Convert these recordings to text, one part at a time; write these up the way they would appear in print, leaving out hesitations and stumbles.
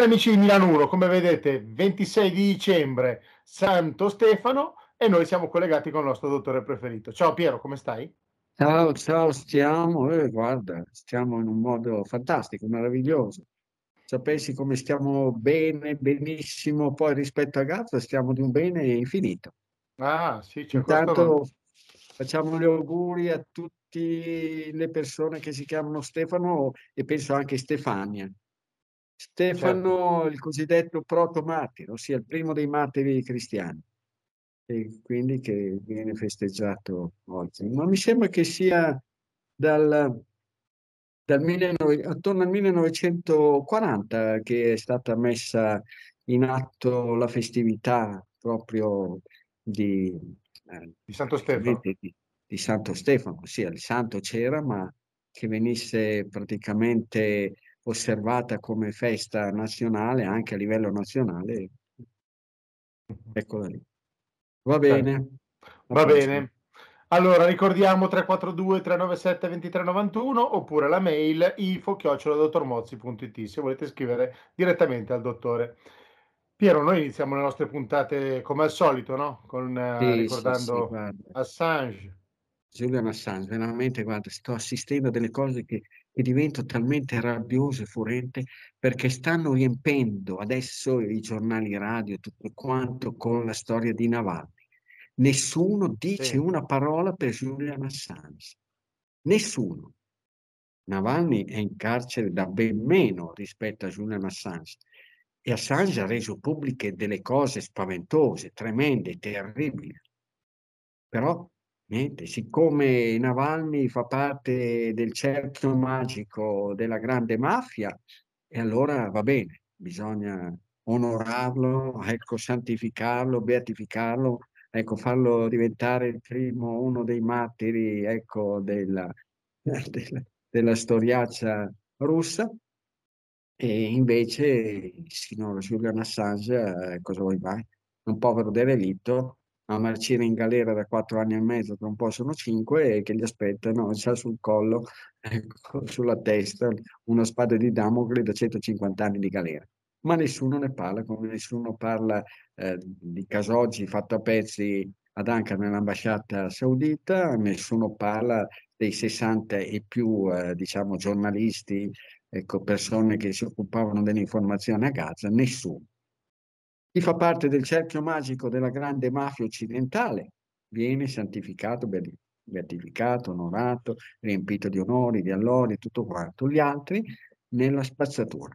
Cari amici di Milano 1, come vedete 26 di dicembre, Santo Stefano, e noi siamo collegati con il nostro dottore preferito. Ciao Piero, come stai? Ciao, ciao, guarda, stiamo in un modo fantastico, meraviglioso. Sapessi come stiamo bene, benissimo, poi rispetto a Gaza stiamo di un bene infinito. Ah, sì, c'è questo non... Intanto facciamo gli auguri a tutte le persone che si chiamano Stefano e penso anche Stefania. Certo. Stefano, il cosiddetto proto-martire, ossia il primo dei martiri cristiani, e quindi che viene festeggiato oggi. Ma mi sembra che sia dal, attorno al 1940 che è stata messa in atto la festività proprio di, Di Santo Stefano. praticamente di Santo Stefano. Sì, il santo c'era, ma che venisse praticamente osservata come festa nazionale anche a livello nazionale. Eccola lì. Va Certo. bene, a Va posto. bene. Allora, ricordiamo 342 397 2391 oppure la mail info@dottormozzi.it se volete scrivere direttamente al dottore. Piero, noi iniziamo le nostre puntate come al solito, no? Con, Sì, sì, sì, ricordando guarda. Assange. Julian Assange, veramente, guarda, sto assistendo a delle cose che divento talmente rabbioso e furente perché stanno riempendo adesso i giornali radio, tutto quanto con la storia di Navalny. Nessuno dice Sì, una parola per Julian Assange. Nessuno. Navalny è in carcere da ben meno rispetto a Julian Assange. E Assange ha reso pubbliche delle cose spaventose, tremende, terribili. Però, niente, siccome Navalny fa parte del cerchio magico della grande mafia, e allora va bene, bisogna onorarlo, ecco, santificarlo, beatificarlo, ecco, farlo diventare il primo, uno dei martiri, ecco, della storiaccia russa. E invece il signor Julian Assange, cosa vuoi mai? Un povero derelitto a marcire in galera da 4 anni e mezzo, tra un po' sono 5, e che gli aspettano, c'ha sul collo, ecco, sulla testa, una spada di Damocle da 150 anni di galera. Ma nessuno ne parla, come nessuno parla di Khashoggi fatto a pezzi ad Ankara nell'ambasciata saudita, nessuno parla dei 60 e più, diciamo, giornalisti, ecco, persone che si occupavano dell'informazione a Gaza, nessuno. Chi fa parte del cerchio magico della grande mafia occidentale viene santificato, beatificato, onorato, riempito di onori, di allori, tutto quanto. Gli altri nella spazzatura.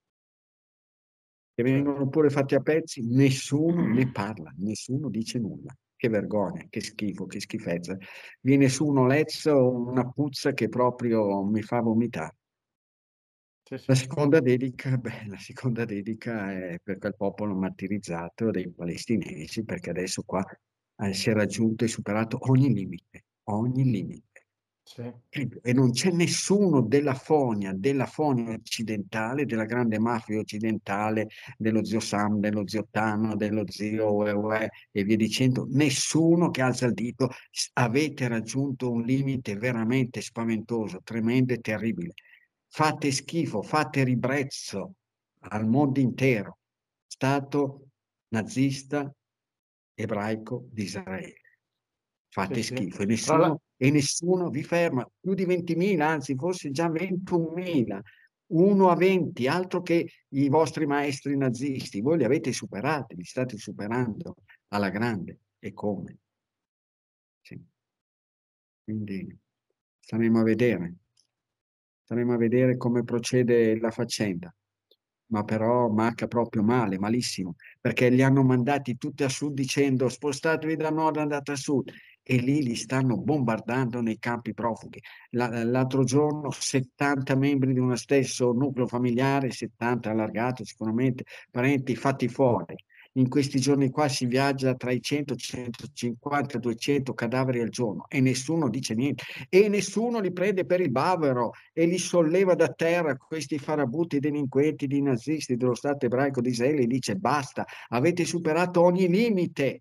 E certo. vengono pure fatti a pezzi, nessuno ne parla, nessuno dice nulla. Che vergogna, che schifo, che schifezza. Viene su un olezzo, una puzza che proprio mi fa vomitare. Sì, La sì. seconda dedica, beh, la seconda dedica è per quel popolo martirizzato dei palestinesi, perché adesso qua si è raggiunto e superato ogni limite, ogni limite. Sì. E non c'è nessuno della fonia occidentale, della grande mafia occidentale, dello zio Sam, dello zio Tano, dello zio Uè, e via dicendo, nessuno che alza il dito. Avete raggiunto un limite veramente spaventoso, tremendo e terribile. Fate schifo, fate ribrezzo al mondo intero. Stato nazista ebraico di Israele. Sì, Fate sì. schifo Tra la- e nessuno vi ferma. Più di 20.000, anzi forse già 21.000. 1 a 20, altro che i vostri maestri nazisti. Voi li avete superati, li state superando alla grande. E come? Sì. Quindi staremo a vedere. Staremo a vedere come procede la faccenda. Ma però manca proprio male, malissimo, perché li hanno mandati tutti a sud dicendo spostatevi da nord, andate a sud, e lì li stanno bombardando nei campi profughi. L'altro giorno 70 membri di uno stesso nucleo familiare, 70 allargato sicuramente, parenti fatti fuori. In questi giorni qua si viaggia tra i 100, 150, 200 cadaveri al giorno e nessuno dice niente, e nessuno li prende per il bavero e li solleva da terra questi farabutti delinquenti di nazisti dello Stato ebraico di Israele e dice basta, avete superato ogni limite.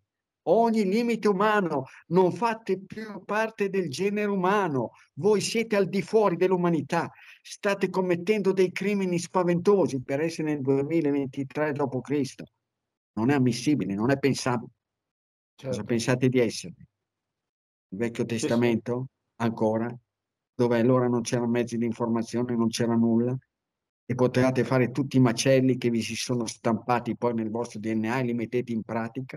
ogni limite umano, non fate più parte del genere umano, voi siete al di fuori dell'umanità, state commettendo dei crimini spaventosi per essere nel 2023 d.C. Non è ammissibile, non è pensabile. Cosa Certo. pensate di essere? Il Vecchio Sì, sì. Testamento? Ancora? Dove allora non c'erano mezzi di informazione, non c'era nulla? E potevate fare tutti i macelli che vi si sono stampati poi nel vostro DNA e li mettete in pratica?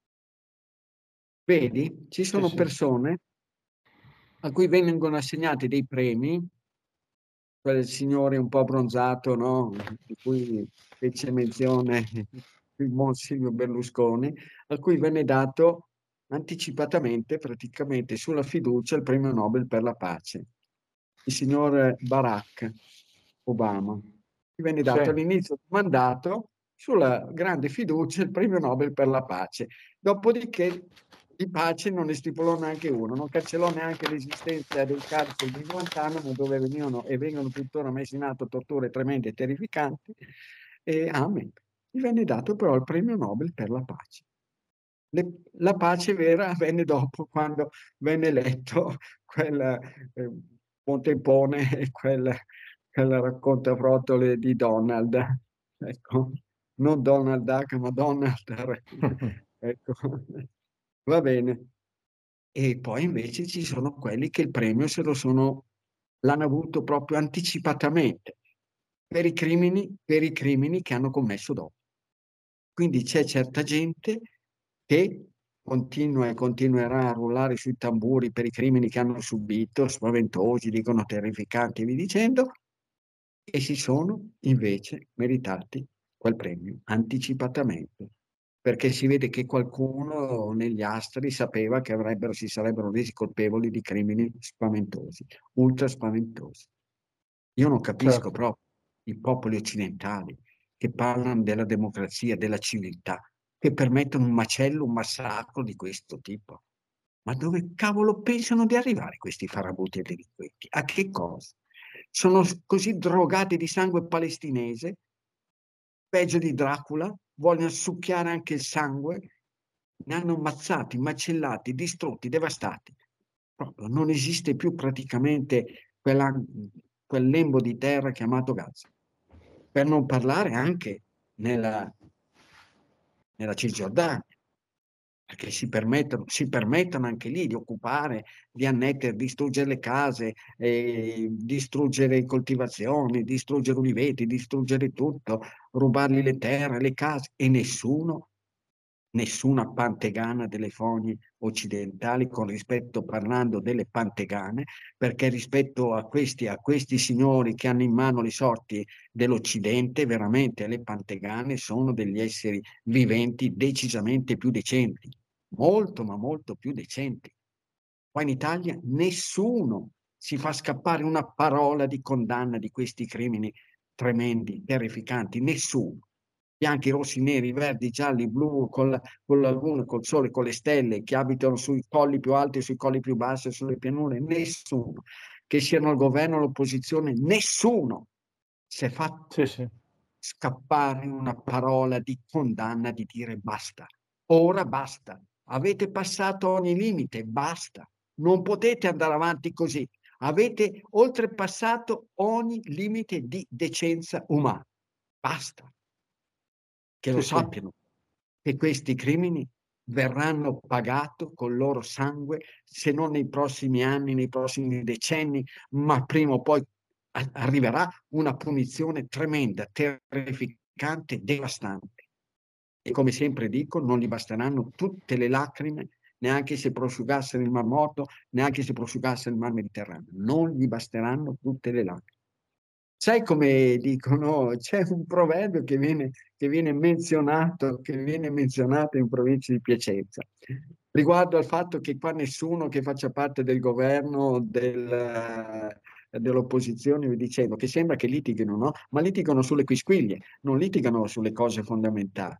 Vedi, ci Sì, sono sì. persone a cui vengono assegnati dei premi, quel signore un po' abbronzato, no? Di cui fece menzione il buon Silvio Berlusconi, a cui venne dato anticipatamente, praticamente sulla fiducia, il premio Nobel per la pace. Il signor Barack Obama. Gli venne Sì. dato all'inizio del mandato sulla grande fiducia il premio Nobel per la pace. Dopodiché di pace non ne stipulò neanche uno, non cancellò neanche l'esistenza dei carceri di Guantanamo dove vengono tuttora messe in atto torture tremende e terrificanti. E amen. Gli venne dato però il premio Nobel per la pace. La pace vera venne dopo, quando venne eletto quel Montepone e quel raccontafrottole di Donald. Ecco, non Donald Duck, ma Donald. Ecco, va bene. E poi invece ci sono quelli che il premio l'hanno avuto proprio anticipatamente per i crimini che hanno commesso dopo. Quindi c'è certa gente che continua e continuerà a rullare sui tamburi per i crimini che hanno subito, spaventosi, dicono terrificanti e via dicendo, e si sono invece meritati quel premio anticipatamente, perché si vede che qualcuno negli astri sapeva che si sarebbero resi colpevoli di crimini spaventosi, ultra spaventosi. Io non capisco Certo. proprio i popoli occidentali che parlano della democrazia, della civiltà, che permettono un macello, un massacro di questo tipo. Ma dove cavolo pensano di arrivare questi farabutti e delinquenti? A che cosa? Sono così drogati di sangue palestinese, peggio di Dracula, vogliono succhiare anche il sangue, ne hanno ammazzati, macellati, distrutti, devastati. Proprio non esiste più praticamente quel lembo di terra chiamato Gaza. Per non parlare anche nella Cisgiordania, perché si permettono anche lì di occupare, di annettere, distruggere le case, distruggere coltivazioni, distruggere uliveti, distruggere tutto, rubargli le terre, le case, e nessuna pantegana delle fogne occidentali, con rispetto parlando delle pantegane, perché rispetto a questi signori che hanno in mano le sorti dell'Occidente, veramente le pantegane sono degli esseri viventi decisamente più decenti, molto ma molto più decenti. Qua in Italia nessuno si fa scappare una parola di condanna di questi crimini tremendi, terrificanti, nessuno. Bianchi, rossi, neri, verdi, gialli, blu, con la luna, col sole, con le stelle, che abitano sui colli più alti, sui colli più bassi, sulle pianure, nessuno. Che siano al governo o all'opposizione, nessuno si è fatto Sì, sì. scappare una parola di condanna, di dire basta. Ora basta. Avete passato ogni limite, basta. Non potete andare avanti così. Avete oltrepassato ogni limite di decenza umana. Basta. Che lo Sì, sì. sappiano, che questi crimini verranno pagati col loro sangue, se non nei prossimi anni, nei prossimi decenni, ma prima o poi arriverà una punizione tremenda, terrificante, devastante. E come sempre dico, non gli basteranno tutte le lacrime, neanche se prosciugassero il Mar Morto, neanche se prosciugassero il Mar Mediterraneo. Non gli basteranno tutte le lacrime. Sai come dicono, c'è un proverbio che viene menzionato in provincia di Piacenza, riguardo al fatto che qua nessuno che faccia parte del governo, dell'opposizione, vi dicevo, che sembra che litighino, no? Ma litigano sulle quisquiglie, non litigano sulle cose fondamentali.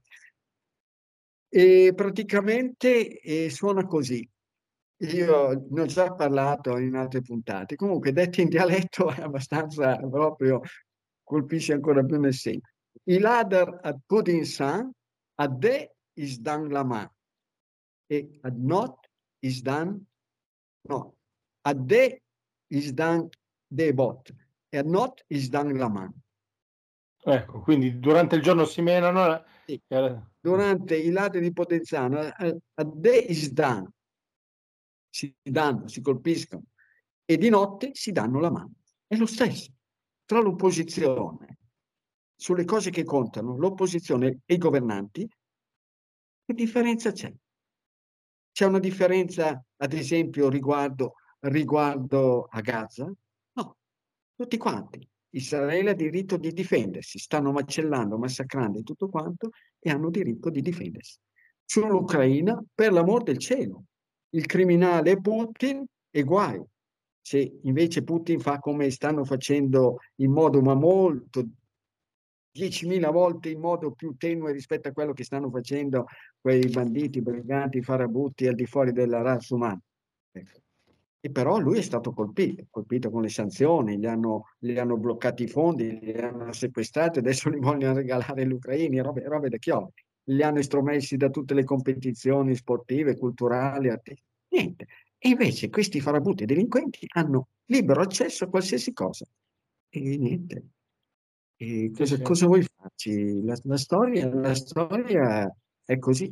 E praticamente suona così. Io ne ho già parlato in altre puntate. Comunque, detto in dialetto, è abbastanza proprio, colpisce ancora più nel senso. Il ladder ad good insan, a de is dan la man. e ad not is done, no, ad de is done de bot e ad not is done la man. Ecco, quindi durante il giorno si menano. Sì. Durante i lati di Potenziano, ad de is done, si danno, si colpiscono, e di notte si danno la mano. È lo stesso. Tra l'opposizione, sulle cose che contano, l'opposizione e i governanti, che differenza c'è? C'è una differenza, ad esempio, riguardo a Gaza? No, tutti quanti. Israele ha diritto di difendersi, stanno macellando, massacrando e tutto quanto e hanno diritto di difendersi. Sull'Ucraina, per l'amor del cielo, il criminale è Putin e guai. Se invece Putin fa come stanno facendo in modo ma molto 10.000 volte in modo più tenue rispetto a quello che stanno facendo quei banditi, briganti, farabutti al di fuori della razza umana. Ecco. E però lui è stato colpito con le sanzioni, gli hanno bloccati i fondi, li hanno sequestrati, adesso li vogliono regalare agli ucraini, robe da chiodi. Li hanno estromessi da tutte le competizioni sportive, culturali, artistiche. Niente. E invece questi farabutti delinquenti hanno libero accesso a qualsiasi cosa. E niente. E Sì, sì, cosa vuoi farci? La storia è così.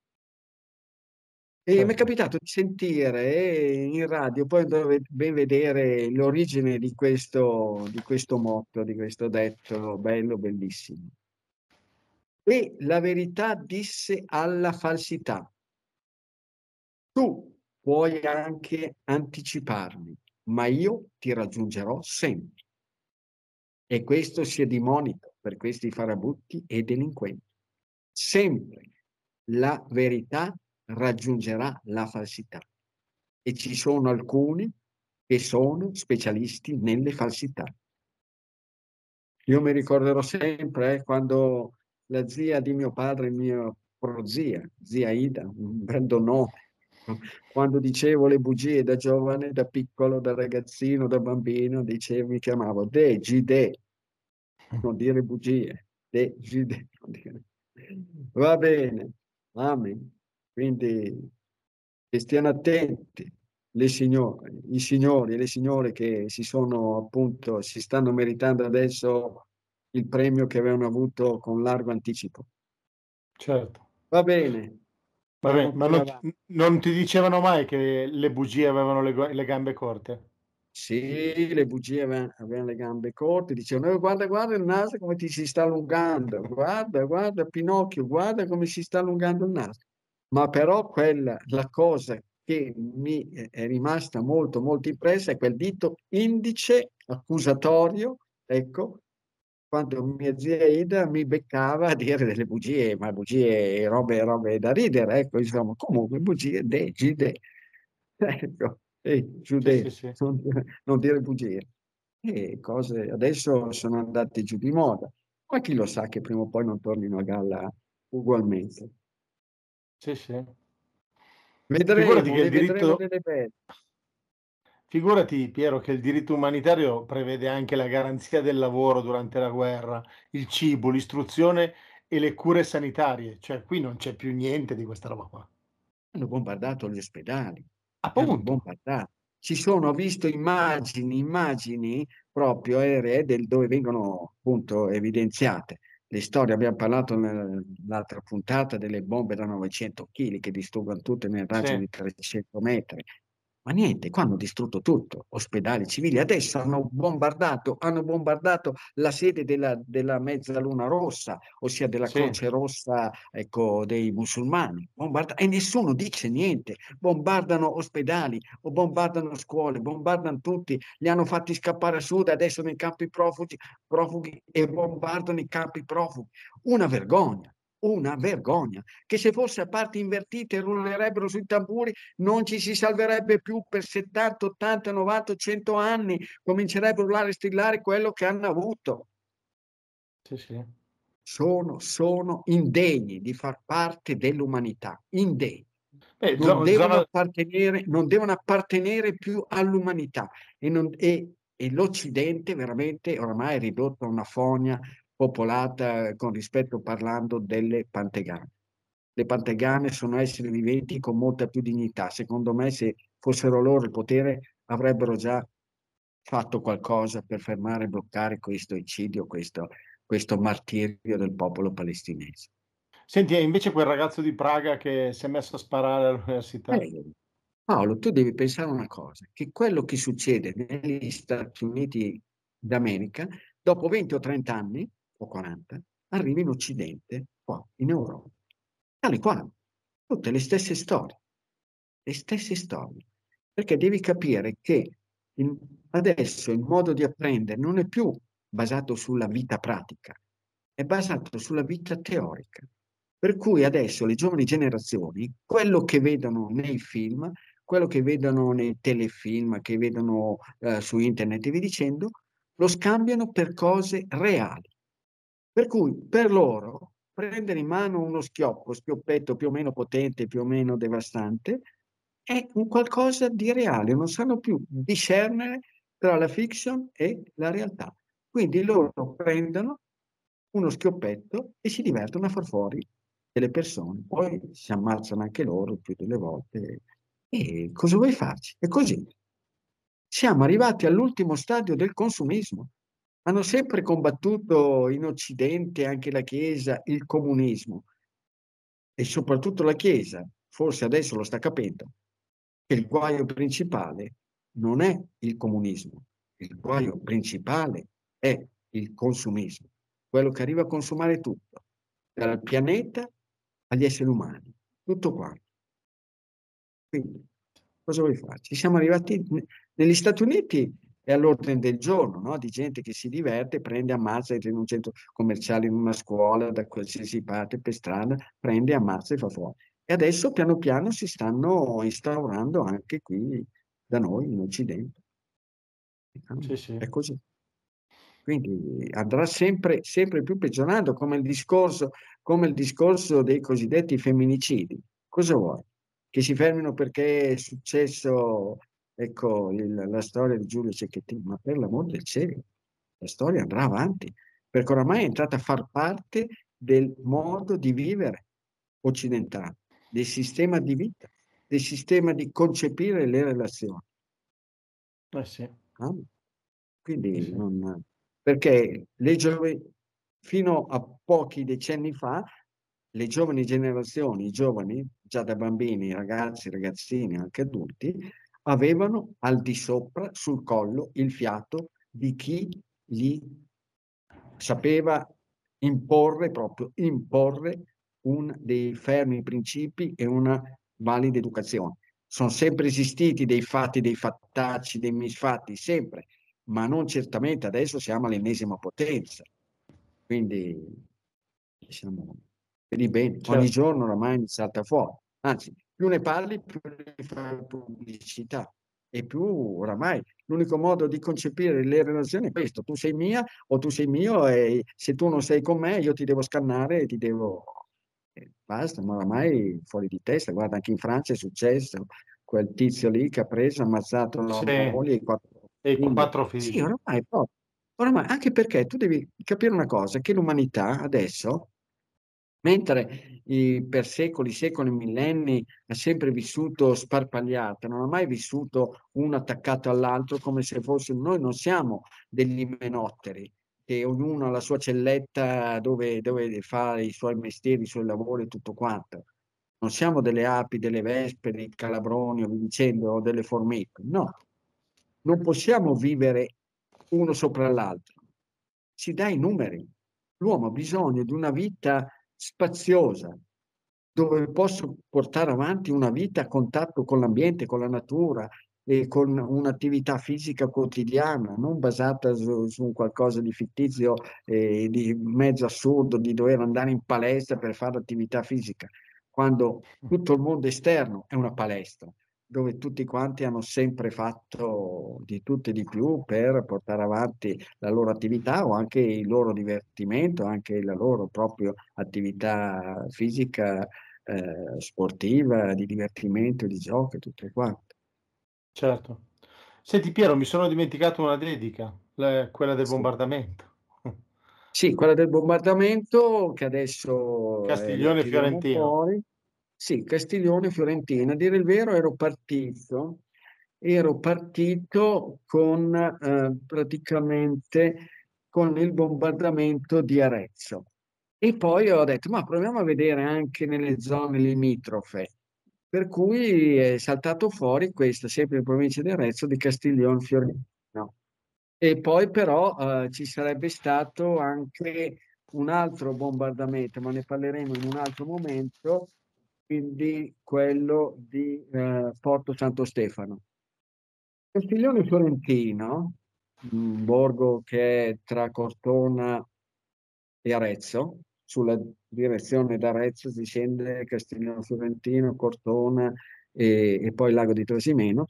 E mi è certo. capitato di sentire in radio, poi dovevo ben vedere l'origine di questo motto, di questo detto bello, bellissimo. E la verità disse alla falsità: tu puoi anche anticiparmi, ma io ti raggiungerò sempre. E questo sia di monito per questi farabutti e delinquenti. Sempre la verità raggiungerà la falsità. E ci sono alcuni che sono specialisti nelle falsità. Io mi ricorderò sempre quando la zia di mio padre, mia prozia, zia Ida, un bel nome, quando dicevo le bugie da giovane, da piccolo, da ragazzino, da bambino, dicevo, mi chiamavo De Gide, non dire bugie, De Gide, non dire. Va bene, amen. Quindi che stiano attenti i signori e le signore che si sono appunto, si stanno meritando adesso il premio che avevano avuto con largo anticipo. Certo. Va bene, Vabbè, andiamo ma pure avanti. non ti dicevano mai che le bugie avevano le gambe corte? Sì, le bugie avevano le gambe corte, dicevano, guarda, guarda il naso come ti si sta allungando, guarda, guarda Pinocchio, guarda come si sta allungando il naso. Ma però la cosa che mi è rimasta molto, molto impressa è quel dito indice accusatorio, ecco, quando mia zia Ida mi beccava a dire delle bugie, ma bugie, robe da ridere, ecco, insomma, comunque bugie, gide, ecco, Sì, giudeo, sì, sì. non dire bugie. E cose adesso sono andate giù di moda, ma chi lo sa che prima o poi non tornino a galla ugualmente. Sì, sì. Figurati Vedremo, che il ne vedremo diritto, delle belle. figurati Piero che il diritto umanitario prevede anche la garanzia del lavoro durante la guerra, il cibo, l'istruzione e le cure sanitarie. Cioè, qui non c'è più niente di questa roba qua. Hanno bombardato gli ospedali, li hanno Appunto. bombardati. Ho visto immagini proprio aeree dove vengono appunto evidenziate le storie. Abbiamo parlato nell'altra puntata delle bombe da 900 kg che distruggono tutte nel raggio Sì, di 300 metri. Ma niente, qua hanno distrutto tutto, ospedali civili. Adesso hanno bombardato la sede della Mezzaluna Rossa, ossia della sì, Croce Rossa, ecco, dei musulmani. E nessuno dice niente. Bombardano ospedali o bombardano scuole, bombardano tutti. Li hanno fatti scappare a sud, adesso nei campi profughi e bombardano i campi profughi. Una vergogna. Una vergogna, che se fosse a parti invertite rullerebbero sui tamburi, non ci si salverebbe più per 70, 80, 90, 100 anni, comincerebbero a urlare e strillare quello che hanno avuto. sì, sì. Sono indegni di far parte dell'umanità, indegni. Beh, Non zona. devono appartenere più all'umanità e l'Occidente veramente ormai è ridotto a una fogna popolata, con rispetto parlando, delle pantegane. le pantegane sono esseri viventi con molta più dignità. Secondo me, se fossero loro il potere, avrebbero già fatto qualcosa per fermare e bloccare questo eccidio, questo martirio del popolo palestinese. Senti, e invece quel ragazzo di Praga che si è messo a sparare all'università? Eh, Paolo, tu devi pensare una cosa, che quello che succede negli Stati Uniti d'America, dopo 20 o 30 anni, o 40, arriva in Occidente, qua, in Europa. Tale quale, tutte le stesse storie. Perché devi capire che adesso il modo di apprendere non è più basato sulla vita pratica, è basato sulla vita teorica. Per cui adesso le giovani generazioni, quello che vedono nei film, quello che vedono nei telefilm, che vedono su internet e via dicendo, lo scambiano per cose reali. Per cui per loro prendere in mano uno schioppetto più o meno potente, più o meno devastante, è un qualcosa di reale, non sanno più discernere tra la fiction e la realtà. Quindi loro prendono uno schioppetto e si divertono a far fuori delle persone. Poi si ammazzano anche loro più delle volte. E cosa vuoi farci? È così. Siamo arrivati all'ultimo stadio del consumismo. Hanno sempre combattuto in Occidente, anche la Chiesa, il comunismo e soprattutto la Chiesa, forse adesso lo sta capendo, che il guaio principale non è il comunismo, il guaio principale è il consumismo, quello che arriva a consumare tutto, dal pianeta agli esseri umani, tutto quanto. Quindi, cosa vuoi farci? Siamo arrivati negli Stati Uniti, è all'ordine del giorno, no? Di gente che si diverte, prende, ammazza, entra in un centro commerciale, in una scuola, da qualsiasi parte, per strada, prende, ammazza e fa fuori. E adesso piano piano si stanno instaurando anche qui da noi in Occidente. Sì, sì. È così. Quindi andrà sempre, sempre più peggiorando, come il discorso dei cosiddetti femminicidi. Cosa vuoi? Che si fermino perché è successo, ecco, la storia di Giulio Cecchettin, ma per l'amor del cielo, la storia andrà avanti, perché oramai è entrata a far parte del modo di vivere occidentale, del sistema di vita, del sistema di concepire le relazioni. Eh sì, No? sì, Quindi sì. non, perché fino a pochi decenni fa, le giovani generazioni, i giovani, già da bambini, ragazzi, ragazzini, anche adulti, avevano al di sopra, sul collo, il fiato di chi gli sapeva imporre, proprio imporre dei fermi principi e una valida educazione. Sono sempre esistiti dei fatti, dei fattacci, dei misfatti, sempre, ma non certamente adesso siamo all'ennesima potenza. Quindi, diciamo, vedi bene, ogni Certo. giorno oramai mi salta fuori. Anzi, più ne parli, più ne fai pubblicità. E più oramai l'unico modo di concepire le relazioni è questo: tu sei mia o tu sei mio, e se tu non sei con me io ti devo scannare e ti devo... basta, ma oramai fuori di testa. Guarda, anche in Francia è successo, quel tizio lì che ha preso, ammazzato la Sì, moglie e i 4 e i figli. 4 Sì, figli. oramai, proprio. Oramai, anche perché tu devi capire una cosa, che l'umanità adesso, mentre per secoli, secoli, millenni ha sempre vissuto sparpagliata, non ha mai vissuto uno attaccato all'altro come se fosse... Noi non siamo degli imenotteri, che ognuno ha la sua celletta dove fa i suoi mestieri, i suoi lavori e tutto quanto. Non siamo delle api, delle vespe, dei calabroni o via dicendo, o delle formiche. No, non possiamo vivere uno sopra l'altro. Si dà i numeri. L'uomo ha bisogno di una vita spaziosa, dove posso portare avanti una vita a contatto con l'ambiente, con la natura e con un'attività fisica quotidiana, non basata su un qualcosa di fittizio e di mezzo assurdo di dover andare in palestra per fare attività fisica, quando tutto il mondo esterno è una palestra dove tutti quanti hanno sempre fatto di tutto e di più per portare avanti la loro attività o anche il loro divertimento, anche la loro propria attività fisica, sportiva, di divertimento, di gioco e tutto quanto. Certo. Senti Piero, mi sono dimenticato una dedica, quella del Sì. bombardamento. Sì, quella del bombardamento che adesso Castiglione tiriamo fiorentino. fuori. Sì, Castiglione, Fiorentina. A dire il vero ero partito con praticamente con il bombardamento di Arezzo. E poi ho detto, ma proviamo a vedere anche nelle zone limitrofe. Per cui è saltato fuori questo, sempre in provincia di Arezzo, di Castiglione Fiorentino. E poi però ci sarebbe stato anche un altro bombardamento, ma ne parleremo in un altro momento, quindi quello di Porto Santo Stefano. Castiglione Fiorentino, un borgo che è tra Cortona e Arezzo, sulla direzione d'Arezzo si scende Castiglione Fiorentino, Cortona e poi il lago di Trasimeno.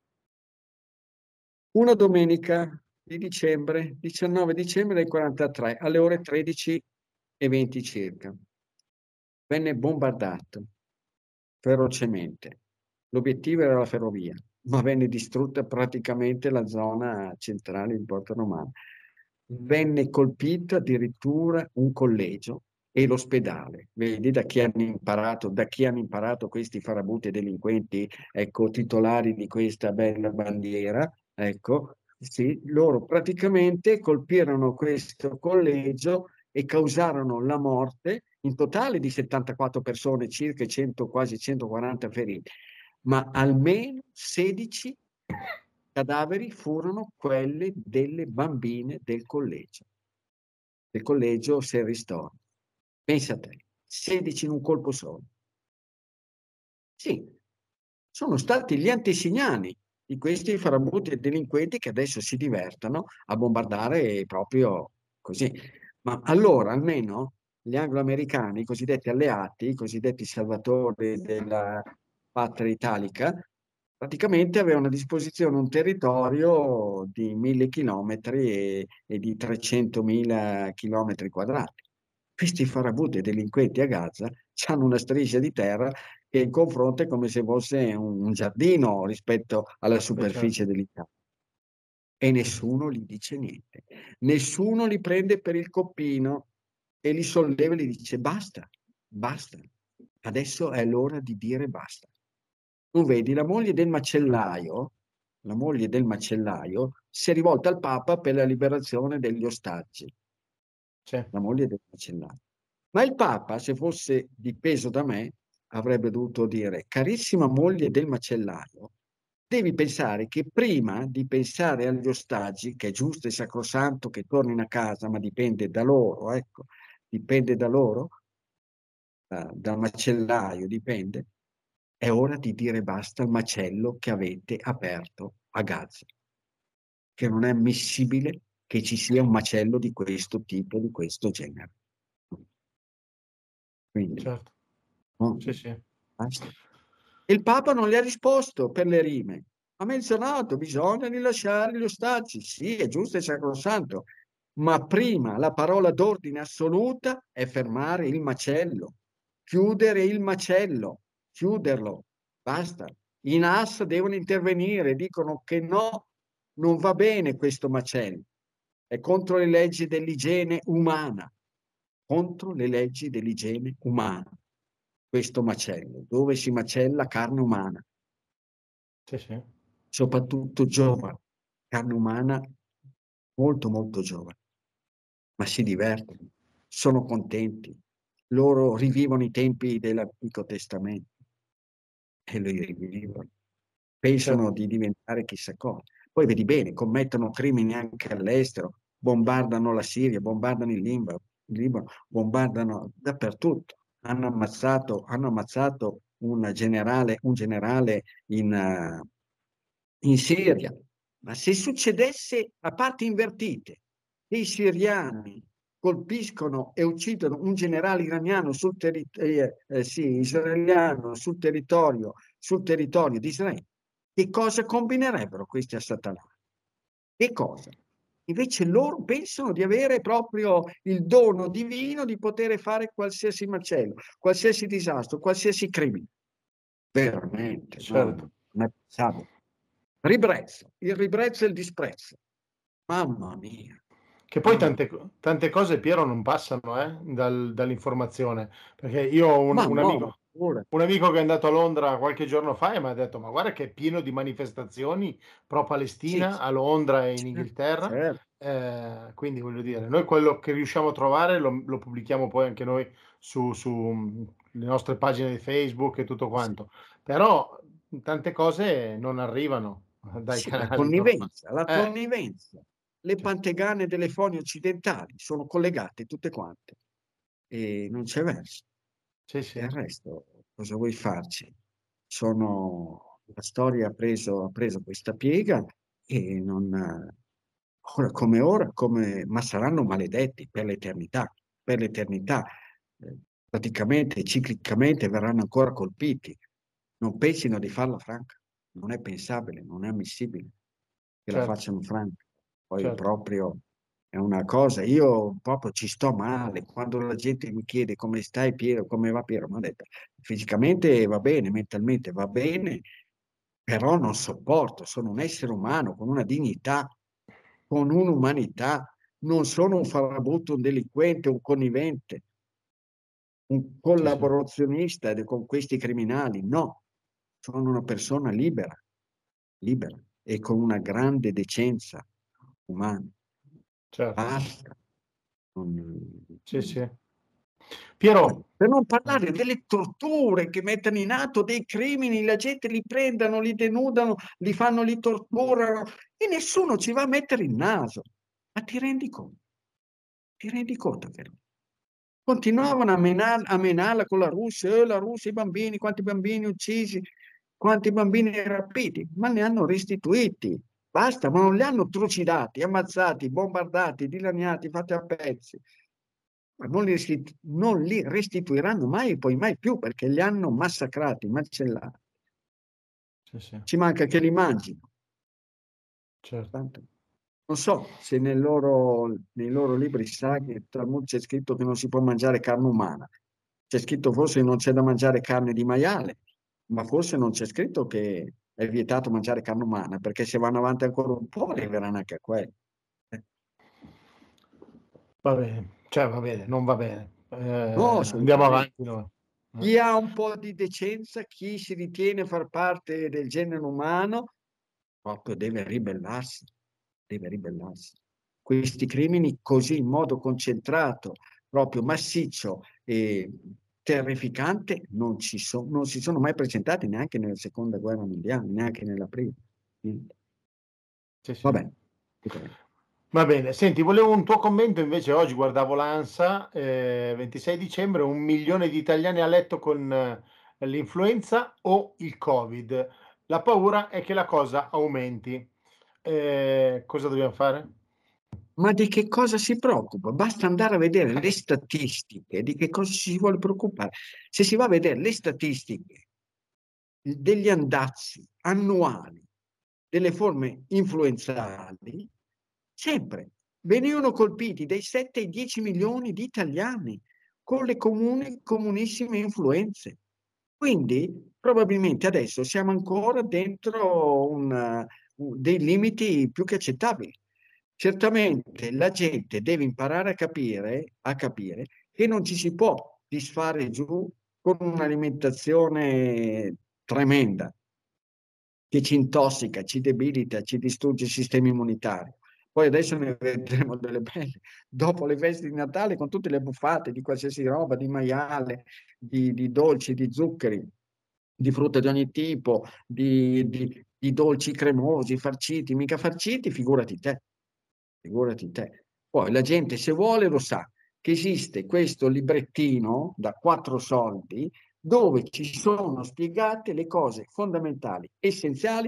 Una domenica di dicembre, 19 dicembre del 43, alle ore 13:20 circa, venne bombardato ferocemente. L'obiettivo era la ferrovia, ma venne distrutta praticamente la zona centrale di Porto Romano. Venne colpito addirittura un collegio e l'ospedale. Vedi da chi hanno imparato questi farabutti e delinquenti, ecco, titolari di questa bella bandiera, ecco, sì, loro praticamente colpirono questo collegio e causarono la morte in totale di 74 persone, circa 100, quasi 140 feriti, ma almeno 16 cadaveri furono quelli delle bambine del collegio San Ristori. Pensa a te, 16 in un colpo solo. Sì, sono stati gli antesignani di questi farabutti e delinquenti che adesso si divertono a bombardare proprio così. Ma allora almeno gli anglo-americani, i cosiddetti alleati, i cosiddetti salvatori della patria italica, praticamente avevano a disposizione un territorio di 1.000 chilometri e di 300.000 chilometri quadrati. Questi farabutti e delinquenti a Gaza hanno una striscia di terra che in confronto è come se fosse un giardino rispetto alla Beh, certo. superficie dell'Italia. E nessuno gli dice niente. Nessuno li prende per il coppino e li solleva e gli dice basta, basta. Adesso è l'ora di dire basta. Tu vedi, la moglie del macellaio si è rivolta al Papa per la liberazione degli ostaggi, Sì. la moglie del macellaio. Ma il Papa, se fosse dipeso da me, avrebbe dovuto dire, carissima moglie del macellaio, devi pensare che prima di pensare agli ostaggi, che è giusto e sacrosanto che tornino a casa, ma dipende da loro, ecco, dipende da loro, dal macellaio dipende, è ora di dire basta al macello che avete aperto a Gaza, che non è ammissibile che ci sia un macello di questo tipo, di questo genere. Quindi, Certo. no, Sì, sì. basta. E il Papa non gli ha risposto per le rime. Ha menzionato, bisogna rilasciare gli ostaggi. Sì, è giusto e sacrosanto, ma prima la parola d'ordine assoluta è fermare il macello, chiudere il macello, chiuderlo, basta. I NAS devono intervenire, dicono che no, non va bene questo macello, è contro le leggi dell'igiene umana, contro le leggi dell'igiene umana, questo macello, dove si macella carne umana, Sì, sì. soprattutto giovane, carne umana molto molto giovane, ma si divertono, sono contenti, loro rivivono i tempi dell'Antico Testamento e lo rivivono, pensano Certo. di diventare chissà cosa. Poi vedi bene, commettono crimini anche all'estero, bombardano la Siria, bombardano il Libano, bombardano dappertutto. Hanno ammazzato un generale in Siria. Ma se succedesse a parti invertite, che i siriani colpiscono e uccidono un generale iraniano sì, israeliano sul territorio di Israele, che cosa combinerebbero questi assatanati? Che cosa? Invece loro pensano di avere proprio il dono divino di poter fare qualsiasi macello, qualsiasi disastro, qualsiasi crimine. Veramente, Certo. no, non è pensabile. Ribrezzo, il ribrezzo e il disprezzo. Mamma mia. Che poi tante cose, Piero, non passano dall'informazione, perché io ho Ma no, ma ora, un amico che è andato a Londra qualche giorno fa e mi ha detto: ma guarda che è pieno di manifestazioni sì, pro-Palestina a Londra e in certo, Inghilterra. certo, Quindi voglio dire, noi quello che riusciamo a trovare lo pubblichiamo poi anche noi su le nostre pagine di Facebook e tutto sì. quanto, però tante cose non arrivano dai Sì, canali normali. la Eh, connivenza. Le cioè, pantegane delle fogne occidentali sono collegate tutte quante e non c'è verso. sì, E il sì, resto, cosa vuoi farci? La storia ha preso questa piega e non, ora, ma saranno maledetti per l'eternità. Eh, praticamente, ciclicamente verranno ancora colpiti. Non pensino di farla franca, non è pensabile, non è ammissibile che la certo, facciano franca. Poi certo. proprio è una cosa, io proprio ci sto male quando la gente mi chiede come stai Piero, come va Piero, mi ha detto fisicamente va bene, mentalmente va bene, però non sopporto, sono un essere umano con una dignità, con un'umanità, non sono un farabutto, un delinquente, un connivente, un Sì, sì, collaborazionista con questi criminali, no, sono una persona libera, libera e con una grande decenza umana. certo. Basta. Sì, sì. Poi, Piero, per non parlare delle torture che mettono in atto, dei crimini, la gente li prendono, li denudano, li fanno, li torturano e nessuno ci va a mettere il naso. Ma ti rendi conto? Ti rendi conto che continuavano a menarla con la Russia, i bambini, quanti bambini uccisi, quanti bambini rapiti, ma ne hanno restituiti. Basta, ma non li hanno trucidati, ammazzati, bombardati, dilaniati, fatti a pezzi. Ma non li restituiranno mai e poi mai più perché li hanno massacrati, macellati. sì, sì, Ci manca che li mangino. certo. Tanto, non so se nei loro libri sacri del Talmud c'è scritto che non si può mangiare carne umana. C'è scritto forse che non c'è da mangiare carne di maiale, ma forse non c'è scritto che è vietato mangiare carne umana, perché se vanno avanti ancora un po' arriveranno anche a quello. Eh, Va bene, cioè va bene, non va bene. No, Andiamo assolutamente. avanti noi. Chi ha un po' di decenza, chi si ritiene far parte del genere umano, proprio deve ribellarsi, deve ribellarsi. Questi crimini così in modo concentrato, proprio massiccio e terrificante, non si sono mai presentati neanche nella seconda guerra mondiale, neanche nella prima. Niente. Sì, sì. Vabbè, vedremo. Va bene, senti, volevo un tuo commento invece. Oggi guardavo l'ANSA, 26 dicembre, 1 milione di italiani a letto con l'influenza o il Covid. La paura è che la cosa aumenti. Cosa dobbiamo fare? Ma di che cosa si preoccupa? Basta andare a vedere le statistiche di che cosa si vuole preoccupare. Se si va a vedere le statistiche degli andazzi annuali delle forme influenzali, sempre venivano colpiti dai 7 ai 10 milioni di italiani con le comunissime influenze. Quindi probabilmente adesso siamo ancora dentro dei limiti più che accettabili. Certamente la gente deve imparare a capire che non ci si può disfare giù con un'alimentazione tremenda che ci intossica, ci debilita, ci distrugge il sistema immunitario. Poi adesso ne vedremo delle belle, dopo le feste di Natale, con tutte le buffate di qualsiasi roba, di maiale, di dolci, di zuccheri, di frutta di ogni tipo, di dolci cremosi, farciti, mica farciti, figurati te, figurati te. Poi la gente se vuole lo sa che esiste questo librettino da 4 soldi dove ci sono spiegate le cose fondamentali, essenziali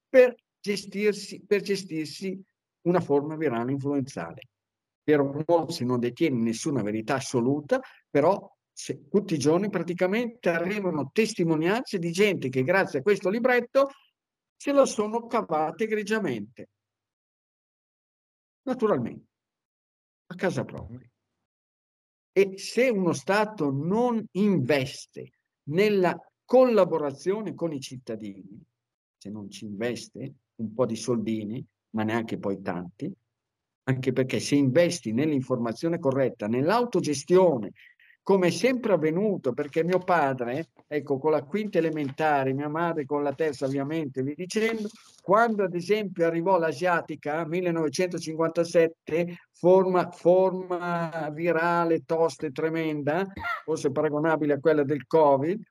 per gestirsi una forma virale influenzale. Piero Mozzi non detiene nessuna verità assoluta, però tutti i giorni praticamente arrivano testimonianze di gente che grazie a questo libretto se lo sono cavate egregiamente, naturalmente, a casa Mhm. propria. E se uno Stato non investe nella collaborazione con i cittadini, se non ci investe un po' di soldini, ma neanche poi tanti, anche perché se investi nell'informazione corretta, nell'autogestione, come è sempre avvenuto, perché mio padre, ecco, con la quinta elementare, mia madre con la terza ovviamente, vi dicendo, quando ad esempio arrivò l'asiatica, 1957, forma virale tosta e tremenda, forse paragonabile a quella del Covid,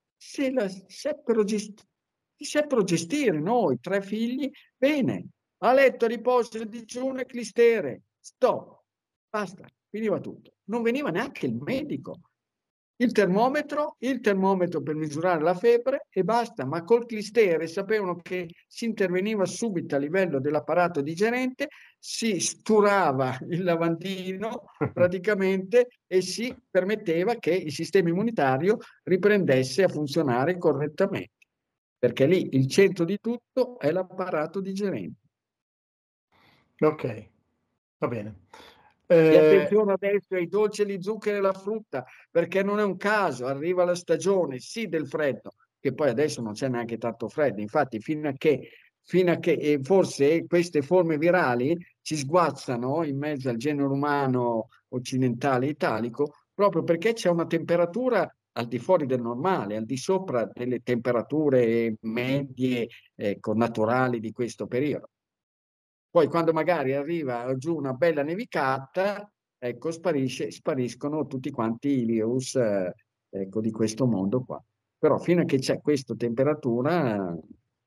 seppero gestire noi, 3 figli, bene, a letto, riposo, digiuno e clistere, stop, basta, finiva tutto. Non veniva neanche il medico. Il termometro per misurare la febbre e basta, ma col clistere sapevano che si interveniva subito a livello dell'apparato digerente, si sturava il lavandino praticamente e si permetteva che il sistema immunitario riprendesse a funzionare correttamente, perché lì il centro di tutto è l'apparato digerente. Ok, va bene. E attenzione adesso ai dolci, agli zuccheri e alla frutta, perché non è un caso, arriva la stagione sì del freddo, che poi adesso non c'è neanche tanto freddo, infatti fino a che forse queste forme virali ci sguazzano in mezzo al genere umano occidentale italico, proprio perché c'è una temperatura al di fuori del normale, al di sopra delle temperature medie, naturali di questo periodo. Poi quando magari arriva giù una bella nevicata, ecco, spariscono tutti quanti i virus, ecco, di questo mondo qua. Però fino a che c'è questa temperatura,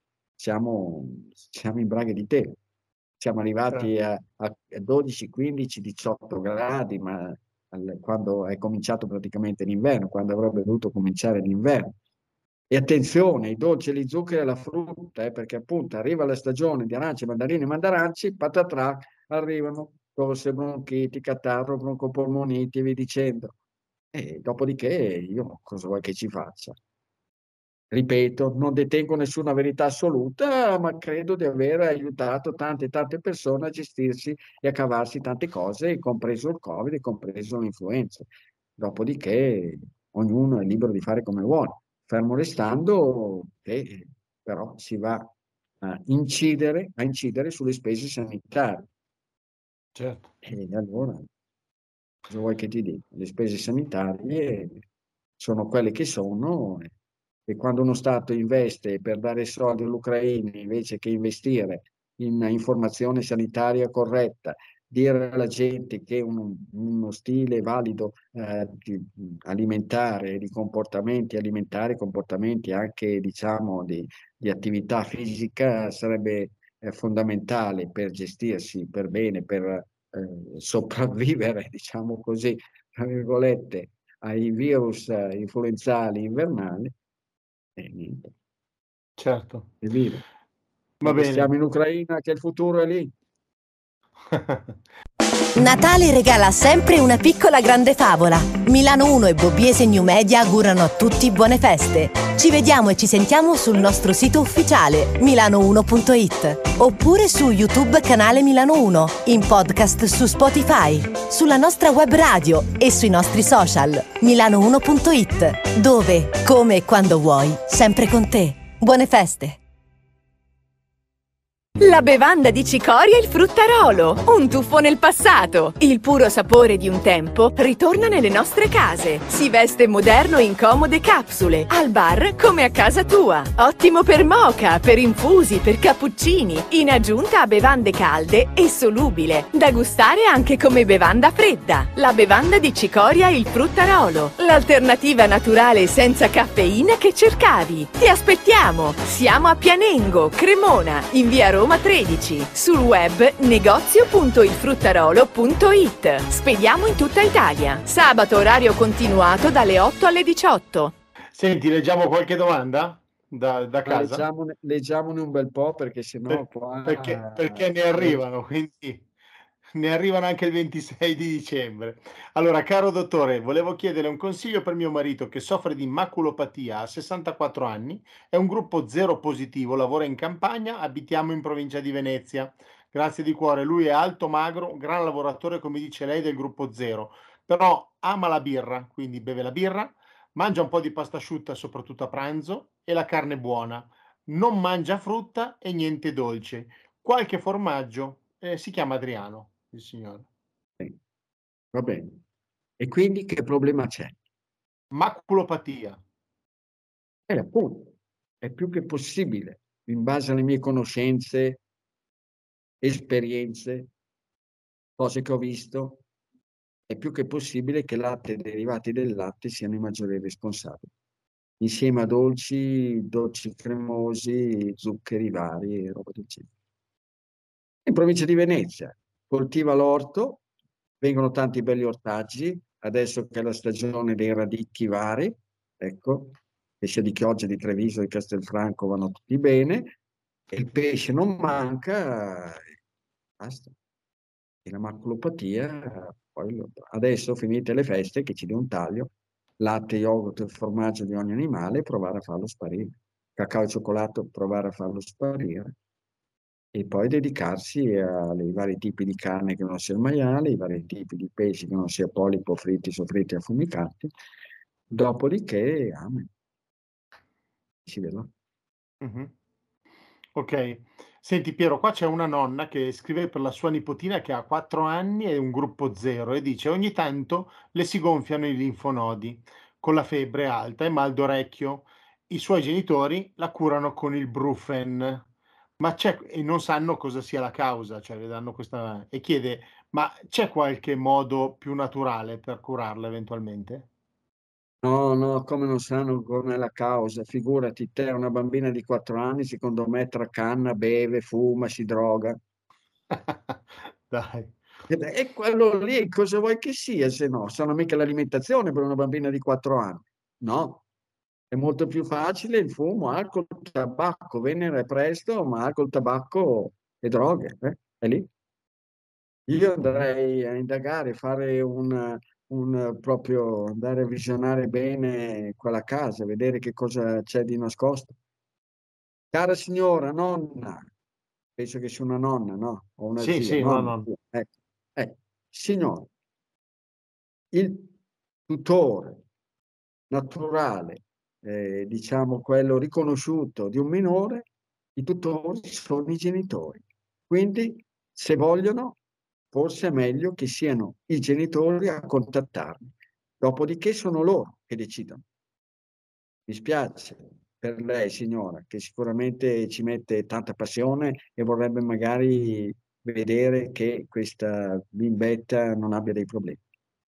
siamo in braghe di tela. Siamo arrivati a 12, 15, 18 gradi, ma quando è cominciato praticamente l'inverno, quando avrebbe dovuto cominciare l'inverno. E attenzione, i dolci, gli zuccheri e la frutta, perché appunto arriva la stagione di arance, mandarine e mandaranci, patatrà, arrivano tosse, bronchiti, catarro, broncopolmoniti e via dicendo. E dopodiché io cosa vuoi che ci faccia? Ripeto, non detengo nessuna verità assoluta, ma credo di aver aiutato tante tante persone a gestirsi e a cavarsi tante cose, compreso il Covid e compreso l'influenza. Dopodiché ognuno è libero di fare come vuole, fermo restando che però si va a incidere sulle spese sanitarie. certo. E allora, cosa vuoi che ti dica? Le spese sanitarie sono quelle che sono e quando uno Stato investe per dare soldi all'Ucraina invece che investire in informazione sanitaria corretta, dire alla gente che uno stile valido alimentare, di comportamenti alimentari, comportamenti anche diciamo di attività fisica sarebbe fondamentale per gestirsi per bene, per sopravvivere, diciamo così, tra virgolette, ai virus influenzali invernali, e niente, Certo. evviva. Va bene. Investiamo in Ucraina che il futuro è lì. Natale regala sempre una piccola grande favola. Milano 1 e Bobbiese New Media augurano a tutti buone feste. Ci vediamo e ci sentiamo sul nostro sito ufficiale milano1.it oppure su YouTube canale Milano 1, in podcast su Spotify, sulla nostra web radio e sui nostri social milano1.it, dove, come e quando vuoi, sempre con te. Buone feste! La bevanda di cicoria, il fruttarolo, un tuffo nel passato. Il puro sapore di un tempo ritorna nelle nostre case. Si veste moderno in comode capsule, al bar come a casa tua. Ottimo per moka, per infusi, per cappuccini, in aggiunta a bevande calde e solubile, da gustare anche come bevanda fredda. La bevanda di cicoria, il fruttarolo, l'alternativa naturale senza caffeina che cercavi. Ti aspettiamo! Siamo a Pianengo, Cremona, in via Roma 13, sul web negozio.ilfruttarolo.it. Spediamo in tutta Italia. Sabato orario continuato dalle 8 alle 18. Senti, leggiamo qualche domanda da casa? Leggiamone un bel po' perché sennò qua... Perché ne arrivano, quindi ne arrivano anche il 26 di dicembre. Allora, caro dottore, volevo chiedere un consiglio per mio marito che soffre di maculopatia, ha 64 anni, è un gruppo 0 positivo, lavora in campagna, abitiamo in provincia di Venezia. Grazie di cuore, lui è alto, magro, un gran lavoratore, come dice lei, del gruppo 0, però ama la birra, quindi beve la birra, mangia un po' di pasta asciutta, soprattutto a pranzo, e la carne buona. Non mangia frutta e niente dolce. Qualche formaggio, si chiama Adriano. sì, signore. Va bene. E quindi che problema c'è? Maculopatia. Appunto, è più che possibile, in base alle mie conoscenze, esperienze, cose che ho visto, è più che possibile che latte e derivati del latte siano i maggiori responsabili, insieme a dolci cremosi, zuccheri vari e roba del genere. In provincia di Venezia coltiva l'orto, vengono tanti belli ortaggi, adesso che è la stagione dei radicchi vari, ecco, che sia di Chioggia, di Treviso, di Castelfranco vanno tutti bene, e il pesce non manca, basta. E la maculopatia, poi adesso finite le feste che ci dia un taglio, latte, yogurt e formaggio di ogni animale, provare a farlo sparire. Cacao e cioccolato, provare a farlo sparire. E poi dedicarsi ai vari tipi di carne che non sia il maiale, ai vari tipi di pesci che non sia polipo, fritti, soffritti, affumicati. Dopodiché, amen. Si vedrà. Mhm. Ok, senti Piero, qua c'è una nonna che scrive per la sua nipotina che ha 4 anni e un gruppo 0 e dice ogni tanto le si gonfiano i linfonodi con la febbre alta e mal d'orecchio. I suoi genitori la curano con il Brufen, ma c'è e non sanno cosa sia la causa, cioè le danno questa e chiede, ma c'è qualche modo più naturale per curarla eventualmente? No, no, come non sanno com'è la causa, figurati te, una bambina di 4 anni, secondo me tracanna, beve, fuma, si droga. Dai. E quello lì cosa vuoi che sia se no? Sarà mica l'alimentazione per una bambina di 4 anni. No, è molto più facile il fumo, alcol, tabacco, venere presto, ma alcol, tabacco e droghe, è lì. Io Mhm. andrei a indagare, fare proprio andare a visionare bene quella casa, vedere che cosa c'è di nascosto. Cara signora, nonna, penso che sia una nonna, no? O una Sì, zia, sì, no, nonna, no. ecco, signora, il tutore naturale, diciamo quello riconosciuto di un minore, i tutori sono i genitori. Quindi, se vogliono, forse è meglio che siano i genitori a contattarli. Dopodiché sono loro che decidono. Mi spiace per lei, signora, che sicuramente ci mette tanta passione e vorrebbe magari vedere che questa bimbetta non abbia dei problemi.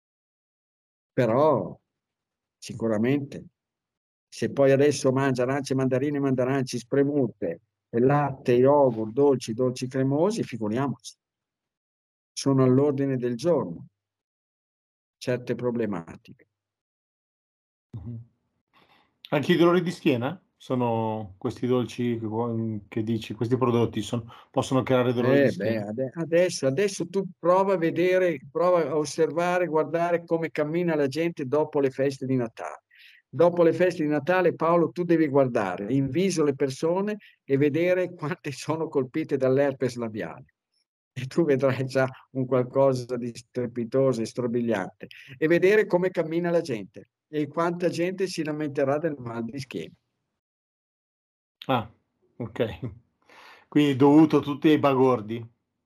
Però sicuramente se poi adesso mangia arance, mandarine, mandaranci, spremute, e latte, yogurt, dolci cremosi, figuriamoci, sono all'ordine del giorno certe problematiche. Mhm. Anche i dolori di schiena sono questi dolci che dici, questi prodotti possono creare dolori di schiena. Adesso tu prova a vedere, prova a osservare, guardare come cammina la gente dopo le feste di Natale. Dopo le feste di Natale, Paolo, tu devi guardare in viso le persone e vedere quante sono colpite dall'herpes labiale. E tu vedrai già un qualcosa di strepitoso e strabiliante. E vedere come cammina la gente e quanta gente si lamenterà del mal di schiena. Ah, ok. Quindi dovuto tutti ai bagordi.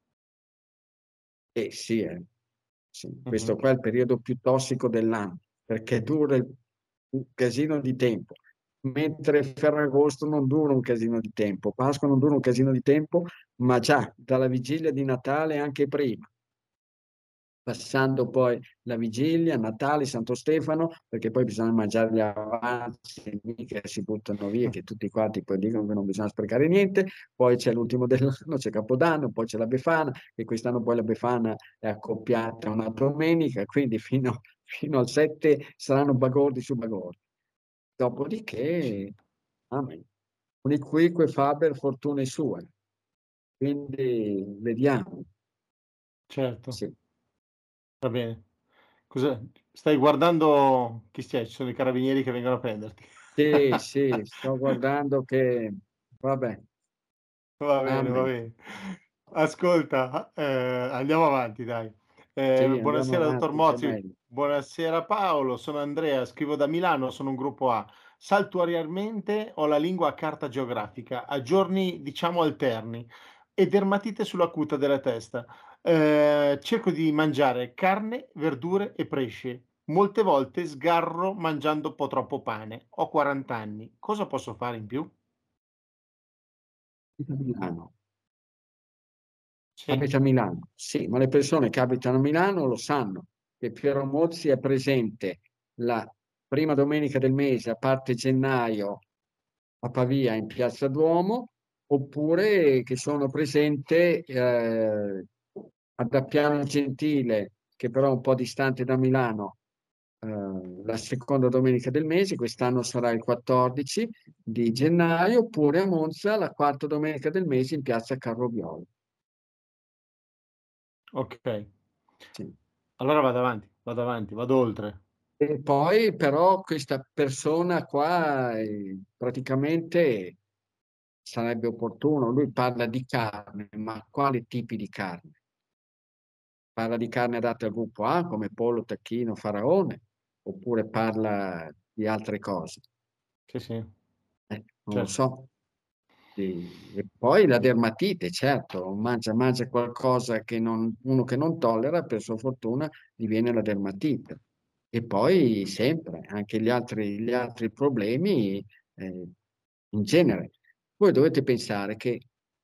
Sì, sì, questo Mhm. qua è il periodo più tossico dell'anno, perché dura un casino di tempo, mentre Ferragosto non dura un casino di tempo, Pasqua non dura un casino di tempo, ma già dalla vigilia di Natale anche prima, passando poi la vigilia, Natale, Santo Stefano, perché poi bisogna mangiare gli avanzi, mica si buttano via, che tutti quanti poi dicono che non bisogna sprecare niente, poi c'è l'ultimo dell'anno, c'è Capodanno, poi c'è la Befana, e quest'anno poi la Befana è accoppiata una domenica, quindi fino al 7 saranno bagordi su bagordi. Dopodiché, amen. Unique faber fortune sue. Quindi vediamo. Certo, Sì. va bene. Stai guardando chi c'è? Ci sono i carabinieri che vengono a prenderti. Sì, sì, sto guardando che, vabbè, Va bene, va amen. bene. Ascolta, andiamo avanti, dai. Sì, andiamo Buonasera, dottor avanti, che è Mozzi. meglio. Buonasera Paolo, sono Andrea, scrivo da Milano, sono un gruppo A. Saltuariamente ho la lingua a carta geografica, a giorni diciamo alterni. e dermatite sulla cuta della testa. Cerco di mangiare carne, verdure e pesce. Molte volte sgarro mangiando un po' troppo pane. Ho 40 anni. Cosa posso fare in più? A Milano. Sì, Abita a Milano, sì, ma le persone che abitano a Milano lo sanno che Piero Mozzi è presente la prima domenica del mese, a parte gennaio, a Pavia in Piazza Duomo, oppure che sono presente ad Appiano Gentile, che però è un po' distante da Milano, la seconda domenica del mese, quest'anno sarà il 14 di gennaio, oppure a Monza la quarta domenica del mese in Piazza Carroviolo. ok. Sì. Allora vado avanti, vado oltre. E poi però questa persona qua praticamente sarebbe opportuno, lui parla di carne, ma quali tipi di carne? Parla di carne adatta al gruppo A come pollo, tacchino, faraone, oppure parla di altre cose? Sì, sì, Non lo certo. so. E poi la dermatite, certo, mangia qualcosa che uno che non tollera, per sua fortuna gli viene la dermatite. E poi sempre, anche gli altri problemi in genere. Voi dovete pensare che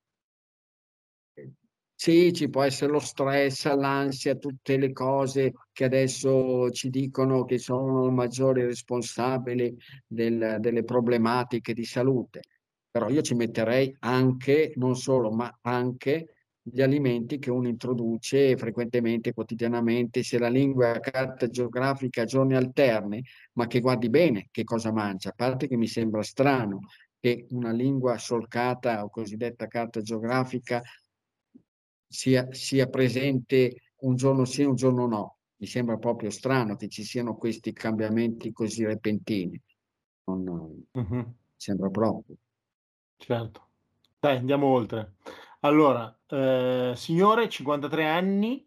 sì, ci può essere lo stress, l'ansia, tutte le cose che adesso ci dicono che sono i maggiori responsabili delle problematiche di salute. Però io ci metterei anche, non solo, ma anche gli alimenti che uno introduce frequentemente, quotidianamente, se la lingua è a carta geografica a giorni alterni, ma che guardi bene che cosa mangia, a parte che mi sembra strano che una lingua solcata o cosiddetta carta geografica sia presente un giorno sì, un giorno no. Mi sembra proprio strano che ci siano questi cambiamenti così repentini. Non Mhm, sembra proprio. certo. Dai, andiamo oltre. Allora, signore, 53 anni,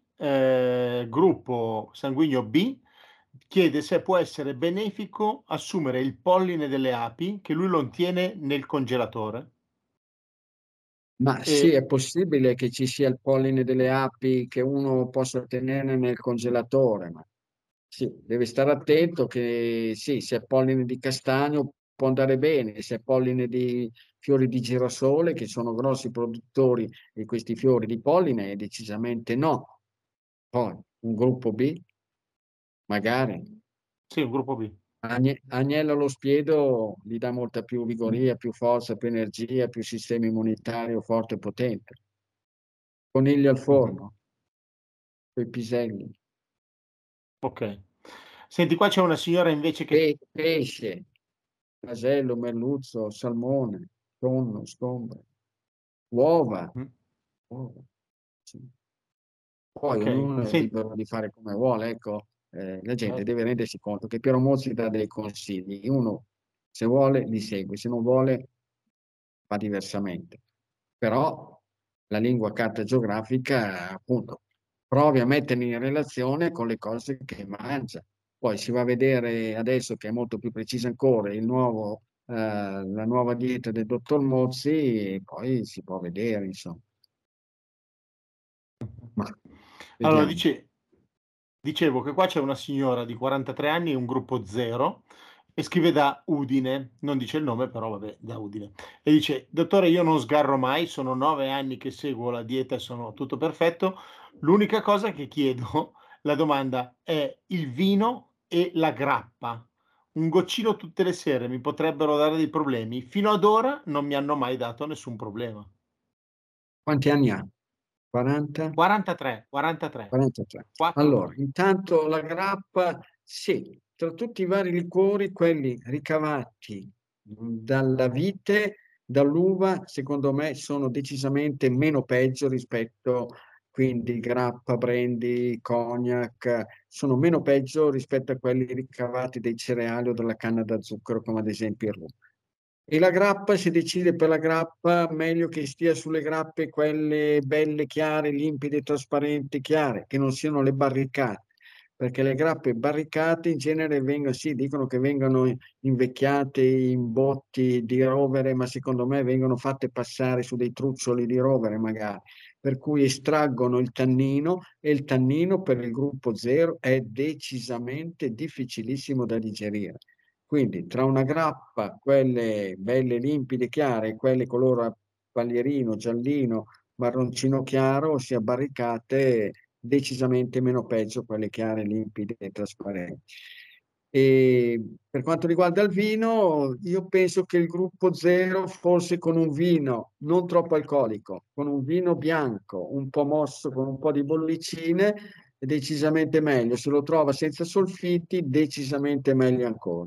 gruppo sanguigno B, chiede se può essere benefico assumere il polline delle api che lui lo ottiene nel congelatore. Ma sì, E, è possibile che ci sia il polline delle api che uno possa tenere nel congelatore, ma sì, deve stare attento che sì, se è polline di castagno può andare bene, se è polline di fiori di girasole, che sono grossi produttori di questi fiori di polline, decisamente no. Poi un gruppo B, magari. sì, un gruppo B. Agnello allo spiedo gli dà molta più vigoria, più forza, più energia, più sistema immunitario forte e potente. Conigli al Mhm, forno, quei piselli. ok. Senti, qua c'è una signora invece che... Pesce, casello, merluzzo, salmone, tonno, scombro, uova. Mm, Uova, sì. Poi ok, ognuno è senti, libero di fare come vuole, ecco, la gente certo. deve rendersi conto che Piero Mozzi dà dei consigli, uno se vuole li segue, se non vuole fa diversamente. Però la lingua carta geografica, appunto, provi a metterli in relazione con le cose che mangia. Poi si va a vedere adesso che è molto più precisa ancora la nuova dieta del dottor Mozzi, e poi si può vedere, insomma. Ma Allora, vediamo. dicevo che qua c'è una signora di 43 anni, un gruppo 0, e scrive da Udine, non dice il nome, però vabbè, da Udine. E dice, dottore, io non sgarro mai, sono 9 anni che seguo la dieta e sono tutto perfetto. L'unica cosa che chiedo, la domanda è il vino e la grappa. Un goccino tutte le sere mi potrebbero dare dei problemi. Fino ad ora non mi hanno mai dato nessun problema. Quanti anni ha? 40? 43, 43, 43. Allora, 4-3. intanto la grappa, sì, tra tutti i vari liquori, quelli ricavati dalla vite, dall'uva, secondo me sono decisamente meno peggio rispetto, quindi grappa, brandy, cognac, sono meno peggio rispetto a quelli ricavati dai cereali o dalla canna da zucchero, come ad esempio il rum. E la grappa, si decide per la grappa, meglio che stia sulle grappe quelle belle, chiare, limpide, trasparenti, chiare, che non siano le barricate, perché le grappe barricate in genere dicono che vengono invecchiate in botti di rovere, ma secondo me vengono fatte passare su dei truzzoli di rovere magari, per cui estraggono il tannino, e il tannino per il gruppo 0 è decisamente difficilissimo da digerire. Quindi tra una grappa, quelle belle limpide chiare, e quelle color paglierino, giallino, marroncino chiaro, ossia barricate, decisamente meno peggio quelle chiare, limpide e trasparenti. E per quanto riguarda il vino, io penso che il gruppo 0, forse con un vino non troppo alcolico, con un vino bianco, un po' mosso, con un po' di bollicine, è decisamente meglio. Se lo trova senza solfiti, decisamente meglio ancora.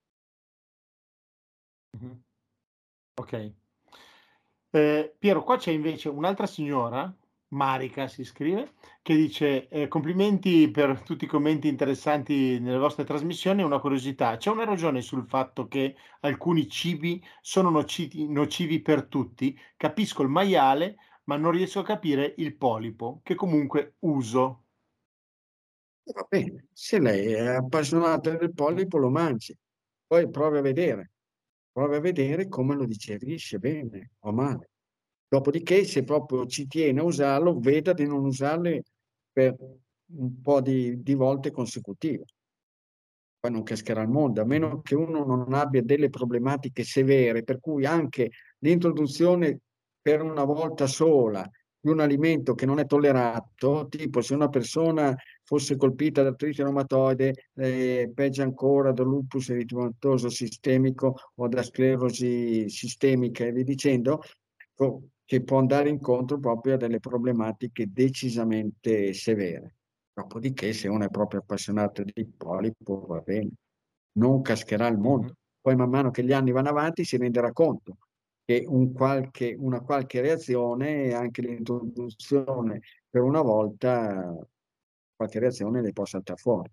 Mhm. Ok. Piero, qua c'è invece un'altra signora, Marica si scrive, che dice complimenti per tutti i commenti interessanti nelle vostre trasmissioni. Una curiosità, c'è una ragione sul fatto che alcuni cibi sono nocivi per tutti? Capisco il maiale, ma non riesco a capire il polipo, che comunque uso. Va bene, se lei è appassionata del polipo, lo mangi, poi provi a vedere come lo digerisce, bene o male. Dopodiché, se proprio ci tiene a usarlo, veda di non usarle per un po' di volte consecutive. Poi non cascherà il mondo, a meno che uno non abbia delle problematiche severe, per cui anche l'introduzione per una volta sola di un alimento che non è tollerato, tipo se una persona fosse colpita da artrite reumatoide, peggio ancora da lupus eritematoso sistemico o da sclerosi sistemica e via dicendo, che può andare incontro proprio a delle problematiche decisamente severe. Dopodiché, se uno è proprio appassionato di polipo, va bene, non cascherà il Mhm. mondo. Poi, man mano che gli anni vanno avanti, si renderà conto che una qualche reazione, anche l'introduzione per una volta, qualche reazione ne può saltare fuori.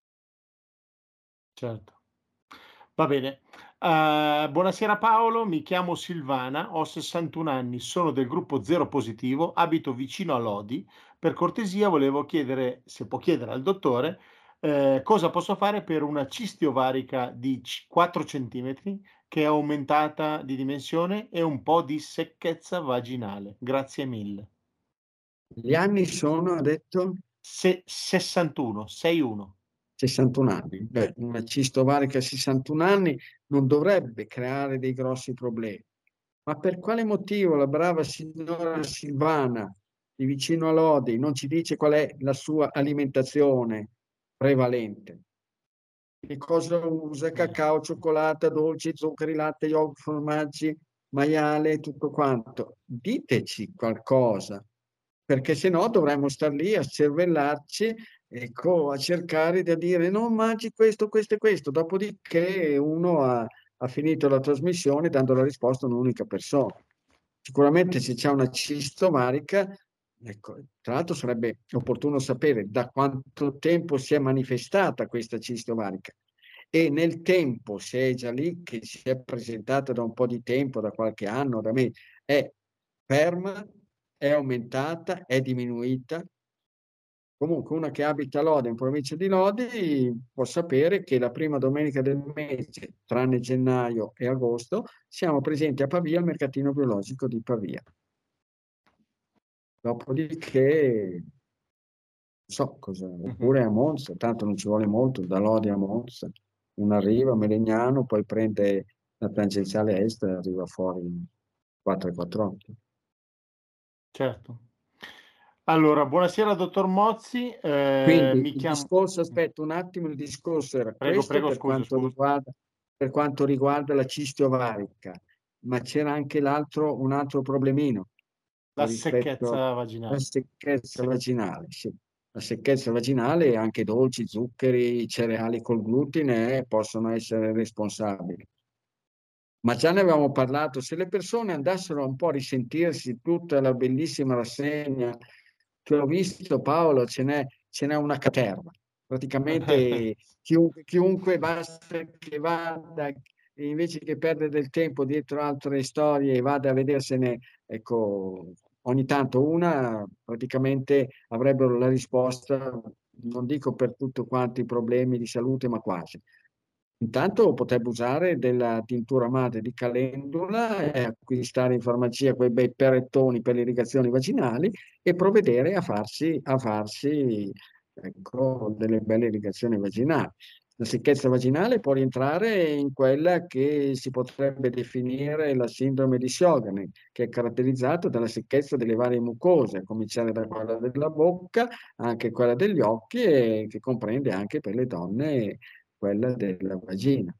Certo. Va bene. Buonasera Paolo, mi chiamo Silvana, ho 61 anni, sono del gruppo Zero Positivo, abito vicino a Lodi. Per cortesia volevo chiedere, se può chiedere al dottore, cosa posso fare per una cisti ovarica di 4 centimetri che è aumentata di dimensione e un po' di secchezza vaginale. Grazie mille. Gli anni sono, ha detto, 61, 61. 61 anni. Beh, una cisto ovarica a 61 anni non dovrebbe creare dei grossi problemi. Ma per quale motivo la brava signora Silvana di vicino a Lodi non ci dice qual è la sua alimentazione prevalente? Che cosa usa? Cacao, cioccolata, dolci, zuccheri, latte, yogurt, formaggi, maiale, tutto quanto. Diteci qualcosa, perché se no dovremmo star lì a cervellarci, ecco, a cercare di dire non mangi questo, questo e questo. Dopodiché uno ha finito la trasmissione dando la risposta a un'unica persona. Sicuramente se c'è una cisto ovarica, ecco, tra l'altro sarebbe opportuno sapere da quanto tempo si è manifestata questa cisto ovarica e nel tempo, se è già lì, che si è presentata da un po' di tempo, da qualche anno, da me, è ferma, è aumentata, è diminuita. Comunque una che abita a Lodi, in provincia di Lodi, può sapere che la prima domenica del mese, tranne gennaio e agosto, siamo presenti a Pavia al mercatino biologico di Pavia. Dopodiché, non so cosa, Mhm. oppure a Monza, tanto non ci vuole molto, da Lodi a Monza, uno arriva a Melegnano, poi prende la tangenziale est e arriva fuori 448. Certo. Allora, buonasera dottor Mozzi, Quindi mi il chiamo... discorso, aspetta un attimo, il discorso era Prego, questo prego, scusi, scusi. per quanto riguarda la cisti ovarica, ma c'era anche un altro problemino La rispetto secchezza alla vaginale. secchezza vaginale. Sì. La secchezza vaginale e anche dolci, zuccheri, cereali col glutine possono essere responsabili. Ma già ne avevamo parlato, se le persone andassero un po' a risentirsi tutta la bellissima rassegna che ho visto, Paolo, ce n'è una caterva. Praticamente chiunque basta che vada, invece che perdere del tempo dietro altre storie, vada a vedersene, ecco, ogni tanto una, praticamente avrebbero la risposta non dico per tutti quanti i problemi di salute, ma quasi. Intanto potrebbe usare della tintura madre di calendula e acquistare in farmacia quei bei perettoni per le irrigazioni vaginali e provvedere a farsi ecco, delle belle irrigazioni vaginali. La secchezza vaginale può rientrare in quella che si potrebbe definire la sindrome di Sjögren, che è caratterizzata dalla secchezza delle varie mucose, a cominciare da quella della bocca, anche quella degli occhi e che comprende anche per le donne quella della vagina.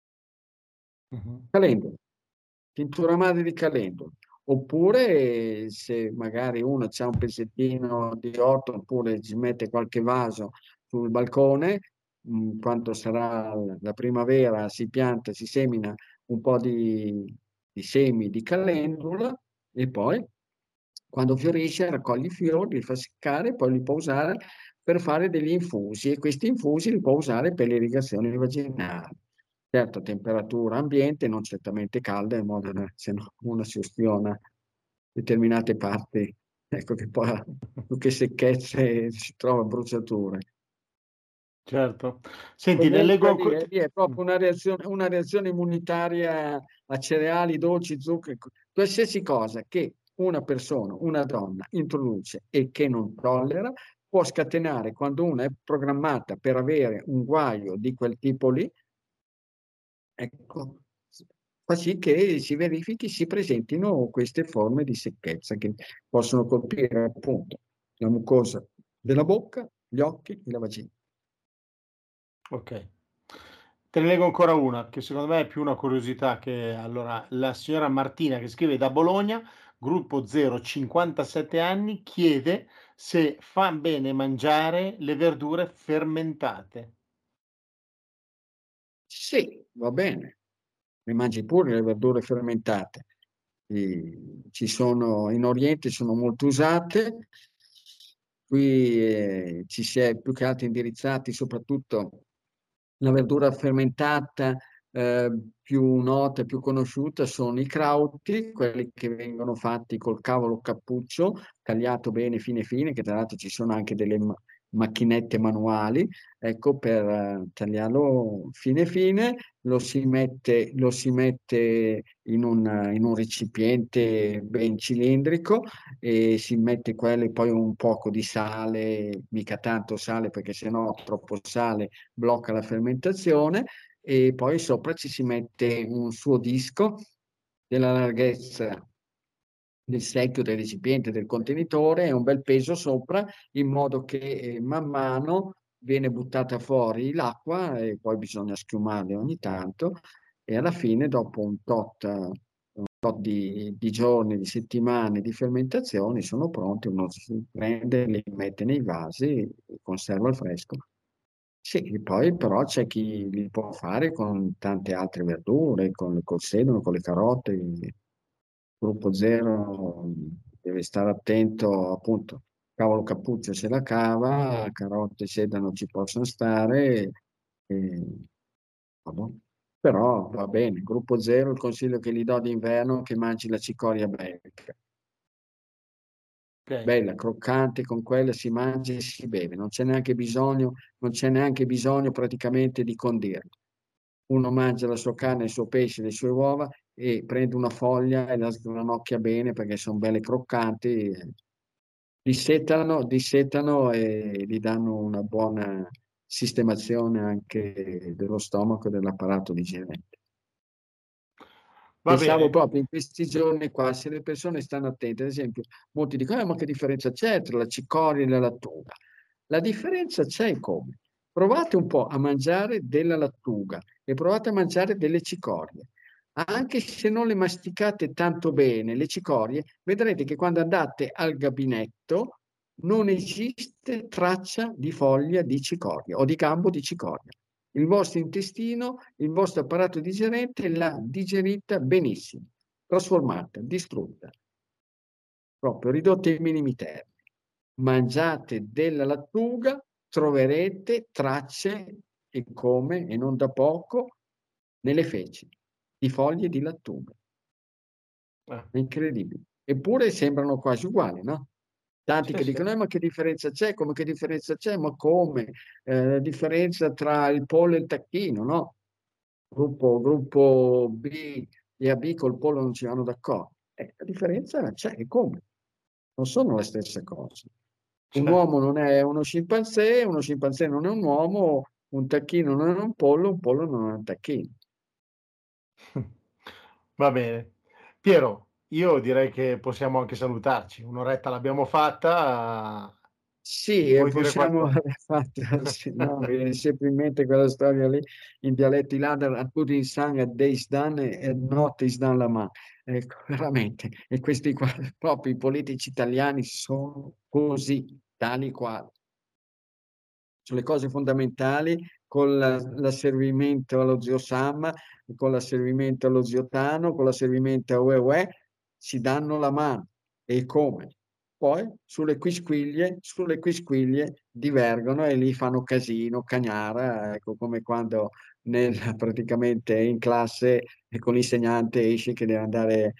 Calendula, tintura madre di calendula. Oppure se magari uno ha un pezzettino di orto oppure ci mette qualche vaso sul balcone, quando sarà la primavera si pianta, si semina un po' di semi di calendula e poi quando fiorisce raccoglie i fiori, li fa seccare e poi li può usare per fare degli infusi e questi infusi li può usare per le irrigazioni vaginali. Certo, a temperatura ambiente, non certamente calda, in modo che se no uno si ustiona determinate parti, ecco che poi più che secchezze si trova bruciature. Certo. Senti, ne leggo Comunque ancora. lì è proprio una reazione immunitaria a cereali, dolci, zuccheri, qualsiasi cosa che una persona, una donna introduce e che non tollera, può scatenare quando una è programmata per avere un guaio di quel tipo lì, ecco, fa sì che si verifichi, si presentino queste forme di secchezza che possono colpire appunto la mucosa della bocca, gli occhi e la vagina. Ok. Te ne leggo ancora una, che secondo me è più una curiosità che allora la signora Martina che scrive da Bologna, gruppo 0, 57 anni, chiede se fa bene mangiare le verdure fermentate. Sì, va bene, ne mangi pure le verdure fermentate. Ci sono, in Oriente sono molto usate, qui ci si è più che altro indirizzati soprattutto la verdura fermentata più nota e più conosciuta sono i crauti, quelli che vengono fatti col cavolo cappuccio, tagliato bene fine fine, che tra l'altro ci sono anche delle macchinette manuali, ecco, per tagliarlo fine fine, lo si mette in un recipiente ben cilindrico e si mette quello e poi un poco di sale, mica tanto sale perché sennò troppo sale blocca la fermentazione e poi sopra ci si mette un suo disco della larghezza del secchio del recipiente del contenitore e un bel peso sopra in modo che man mano viene buttata fuori l'acqua e poi bisogna schiumarle ogni tanto e alla fine dopo un tot di giorni, di settimane di fermentazione sono pronti, uno si prende, li mette nei vasi e conserva al fresco. Sì, e poi però c'è chi li può fare con tante altre verdure, col sedano, con le carote. Il gruppo zero deve stare attento, appunto, cavolo cappuccio se la cava, carote e sedano ci possono stare, e, vabbè. Però va bene. Gruppo zero, il consiglio che gli do d'inverno è che mangi la cicoria belga. Ok. Bella, croccante, con quella si mangia e si beve, non c'è neanche bisogno praticamente di condirlo. Uno mangia la sua carne, il suo pesce, le sue uova e prende una foglia e la sgranocchia bene perché sono belle croccanti, dissetano e gli danno una buona sistemazione anche dello stomaco e dell'apparato digerente. Va Pensavo bene. proprio in questi giorni qua, se le persone stanno attente, ad esempio, molti dicono, ma che differenza c'è tra la cicoria e la lattuga? La differenza c'è come? Provate un po' a mangiare della lattuga e provate a mangiare delle cicorie. Anche se non le masticate tanto bene, le cicorie, vedrete che quando andate al gabinetto non esiste traccia di foglia di cicoria o di gambo di cicoria. Il vostro intestino, il vostro apparato digerente l'ha digerita benissimo, trasformata, distrutta, proprio ridotta ai minimi termini. Mangiate della lattuga, troverete tracce e come, e non da poco, nelle feci di foglie di lattuga. È incredibile. Eppure sembrano quasi uguali, no? Tanti che dicono, ma che differenza c'è? Come che differenza c'è? Ma come? La differenza tra il pollo e il tacchino, no? Gruppo B e AB col pollo non ci vanno d'accordo. La differenza c'è, e come? Non sono la stessa cosa. Un Certo. uomo non è uno scimpanzé non è un uomo, un tacchino non è un pollo non è un tacchino. Va bene. Piero, io direi che possiamo anche salutarci. Un'oretta l'abbiamo fatta. Sì, Vuoi dire possiamo qualcosa? aver fatto, sì, no, mi viene sempre in mente quella storia lì, in dialetto ilander, a put in sang a days done e not is done la man. Ecco, veramente. E questi qua, proprio i politici italiani sono così, tali quali. Sulle cose fondamentali, con l'asservimento allo zio Sam, con l'asservimento allo zio Tano, con l'asservimento a Uè, si danno la mano. E come? Poi sulle quisquiglie divergono e lì fanno casino, cagnara, ecco, come quando praticamente in classe e con l'insegnante esce che deve andare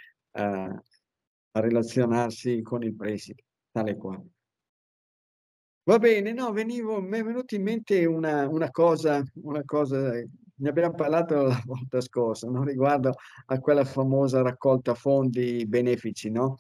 a relazionarsi con il preside, tale quale. Va bene, no, mi è venuta in mente una cosa, ne abbiamo parlato la volta scorsa, no? Riguardo a quella famosa raccolta fondi benefici, no?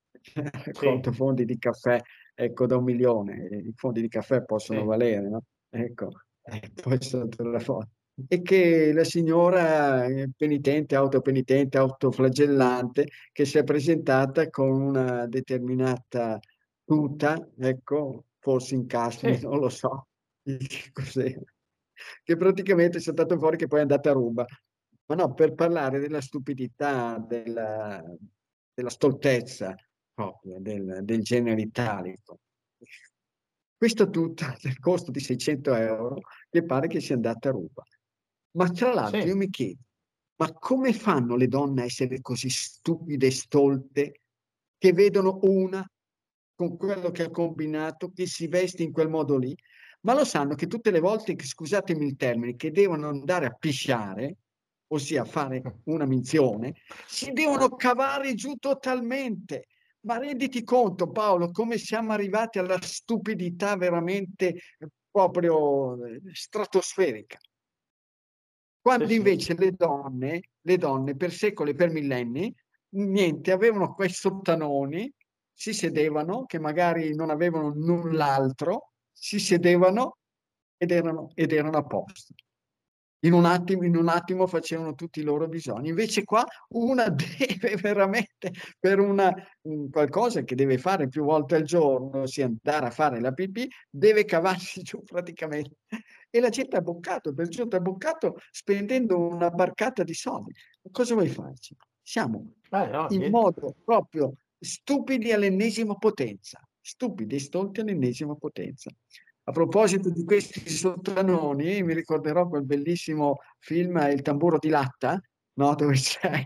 Sì, Raccolta fondi di caffè, ecco, da 1 milione. I fondi di caffè possono sì, valere, no? Ecco, poi sotto la foto. E che la signora penitente, autoflagellante, che si è presentata con una determinata tuta, ecco, forse incastri, sì. non lo so che cos'era, che praticamente è saltato fuori che poi è andata a ruba. Ma no, per parlare della stupidità, della stoltezza proprio del genere italico. Questo tutto del costo di 600 euro che pare che sia andata a ruba. Ma tra l'altro io Sì. mi chiedo, ma come fanno le donne a essere così stupide e stolte che vedono una con quello che ha combinato, che si veste in quel modo lì, ma lo sanno che tutte le volte che, scusatemi il termine, che devono andare a pisciare, ossia fare una minzione, si devono cavare giù totalmente. Ma renditi conto, Paolo, come siamo arrivati alla stupidità veramente proprio stratosferica. Sì, Quando sì. invece le donne per secoli e per millenni, niente, avevano quei sottanoni, si sedevano, che magari non avevano null'altro, si sedevano ed erano a posto. In un attimo facevano tutti i loro bisogni. Invece qua una deve veramente, per qualcosa che deve fare più volte al giorno, ossia andare a fare la pipì, deve cavarsi giù praticamente. E la gente ha boccato, per giunta ha boccato spendendo una barcata di soldi. Cosa vuoi farci? Siamo No, in niente. modo proprio stupidi all'ennesima potenza, stupidi e stolti all'ennesima potenza. A proposito di questi sottanoni, mi ricorderò quel bellissimo film Il tamburo di latta, no? Dove c'è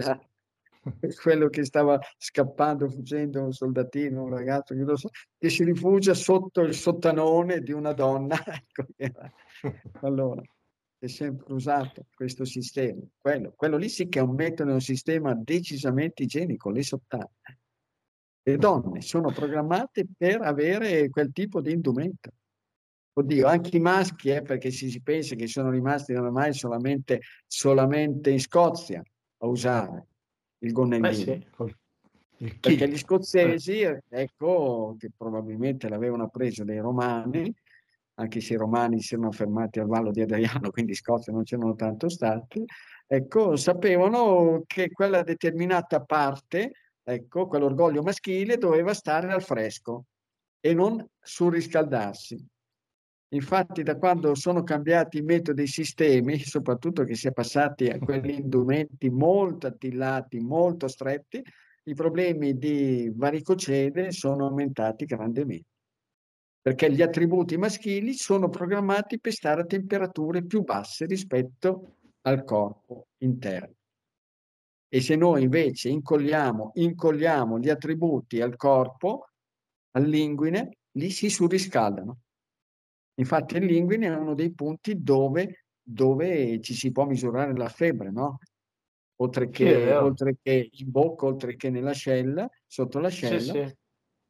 quello che stava scappando, fuggendo, un soldatino, un ragazzo, che si rifugia sotto il sottanone di una donna. Ecco, allora, è sempre usato questo sistema. Quello lì sì che è un metodo, un sistema decisamente igienico, le sottane. Le donne sono programmate per avere quel tipo di indumento. Oddio, anche i maschi, perché si pensa che sono rimasti ormai solamente in Scozia a usare il Beh gonnellino. sì, il Perché gli kilt. scozzesi, ecco, che probabilmente l'avevano preso dai romani, anche se i romani si erano fermati al Vallo di Adriano, quindi in Scozia non c'erano tanto stati, ecco, sapevano che quella determinata parte, ecco, quell'orgoglio maschile doveva stare al fresco e non surriscaldarsi. Infatti, da quando sono cambiati i metodi e i sistemi, soprattutto che si è passati a quegli indumenti molto attillati, molto stretti, i problemi di varicocele sono aumentati grandemente, perché gli attributi maschili sono programmati per stare a temperature più basse rispetto al corpo interno. E se noi invece incolliamo gli attributi al corpo, all'inguine, lì si surriscaldano. Infatti il linguine è uno dei punti dove ci si può misurare la febbre, no? Oltre Sì, è che, vero. oltre che in bocca, oltre che nell'ascella, sotto Sì, l'ascella, sì.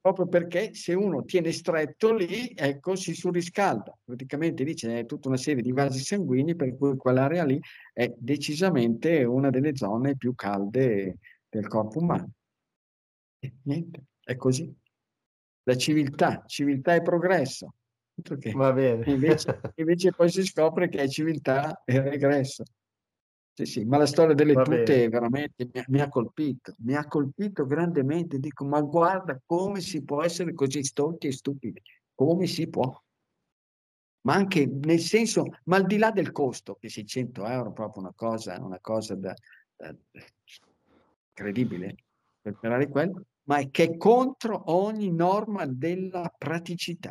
proprio perché se uno tiene stretto lì, ecco, si surriscalda. Praticamente lì c'è tutta una serie di vasi sanguigni, per cui quell'area lì è decisamente una delle zone più calde del corpo umano. E niente, è così. La civiltà e progresso. Altro che. Va bene. Invece poi si scopre che è civiltà e regresso. Sì, sì, ma la storia delle Va tute bene. veramente mi ha colpito grandemente. Dico, ma guarda come si può essere così stolti e stupidi, come si può? Ma anche nel senso, ma al di là del costo, che 600 euro è proprio una cosa da incredibile per operare quello, ma è che è contro ogni norma della praticità,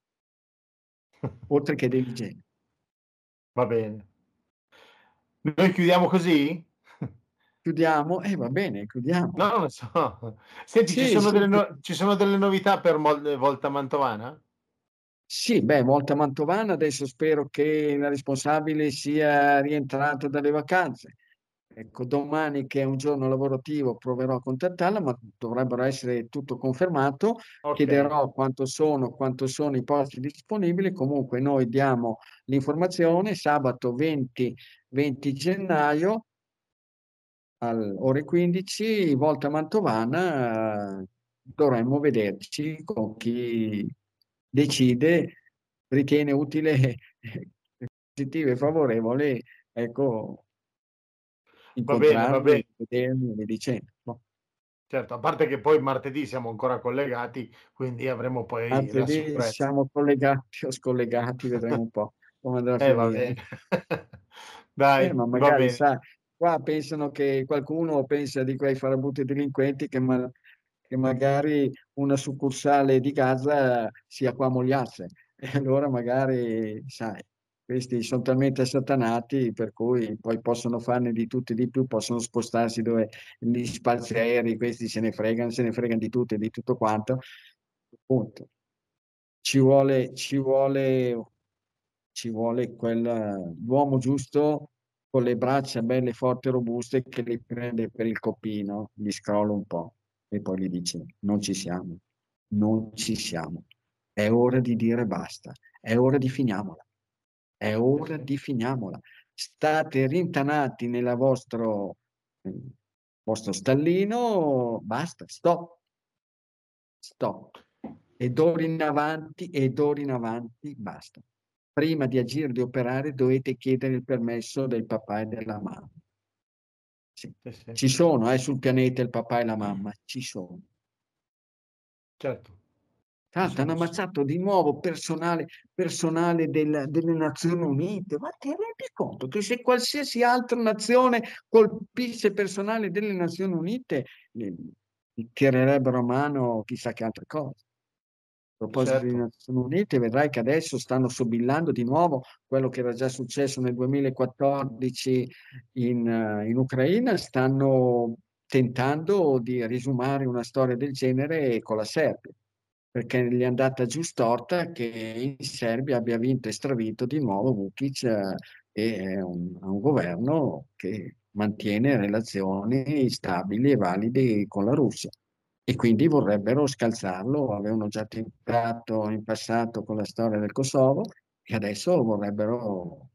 oltre che dell'igiene. Va bene. Noi chiudiamo così? Chiudiamo? Va bene, chiudiamo. No, non lo so. Senti, Sì, sì, ci sono delle novità per Volta Mantovana? sì, beh, Volta Mantovana, adesso spero che la responsabile sia rientrata dalle vacanze. Ecco, domani che è un giorno lavorativo proverò a contattarla, ma dovrebbero essere tutto confermato. Ok, Chiederò quanto sono i posti disponibili. Comunque noi diamo l'informazione sabato 20 gennaio alle ore 15, Volta Mantovana, dovremmo vederci con chi decide, ritiene utile, positivo e favorevole, ecco, va incontrarmi, bene. vedermi e via dicendo. No? Certo, a parte che poi martedì siamo ancora collegati, quindi avremo poi la Martedì sicurezza. siamo collegati o scollegati, vedremo un po' come andrà a Va finire. bene. Dai, Ma va magari, bene. sai, qua pensano che qualcuno pensa di quei farabutti delinquenti che magari una succursale di Gaza sia qua a Mogliazze. E allora magari, sai, questi sono talmente assatanati per cui poi possono farne di tutto e di più, possono spostarsi dove gli spazi aerei, questi se ne fregano di tutto e di tutto quanto. Punto. Ci vuole l'uomo giusto con le braccia belle, forti e robuste che li prende per il coppino, li scrolla un po' e poi gli dice: Non ci siamo, non ci siamo. È ora di dire basta, è ora di finiamola, è ora di finiamola. State rintanati nel vostro stallino, basta, stop, stop. Ed ora in avanti, basta. Prima di agire, di operare, dovete chiedere il permesso del papà e della mamma. Sì. Sì, sì, Ci sono, sul pianeta il papà e la mamma, ci sono. certo. Ci Tanto hanno sono, ci sono. ammazzato di nuovo personale delle Nazioni Unite. Ma ti rendi conto che se qualsiasi altra nazione colpisse personale delle Nazioni Unite, tirerebbero a mano chissà che altre cose. A proposito delle Certo. Nazioni Unite, vedrai che adesso stanno sobillando di nuovo quello che era già successo nel 2014 in Ucraina, stanno tentando di risumare una storia del genere con la Serbia, perché gli è andata giù storta che in Serbia abbia vinto e stravinto di nuovo Vučić, e è un governo che mantiene relazioni stabili e valide con la Russia. E quindi vorrebbero scalzarlo, avevano già tentato in passato con la storia del Kosovo e adesso vorrebbero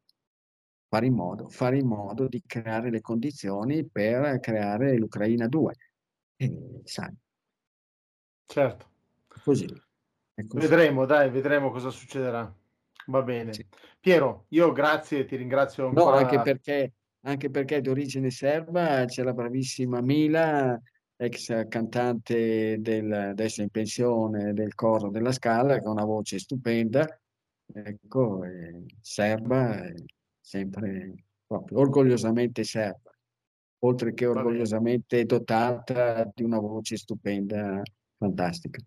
fare in modo di creare le condizioni per creare l'Ucraina 2. E sai, Certo. è così, è così. Vedremo, dai, vedremo cosa succederà. Va Sì. bene. Piero, io grazie, ti ringrazio No, ancora. anche perché è di origine serba, c'è la bravissima Mila, ex cantante adesso in pensione del coro della Scala, che ha una voce stupenda, ecco, serba, sempre proprio orgogliosamente serba, oltre che Va bene, orgogliosamente dotata di una voce stupenda, fantastica.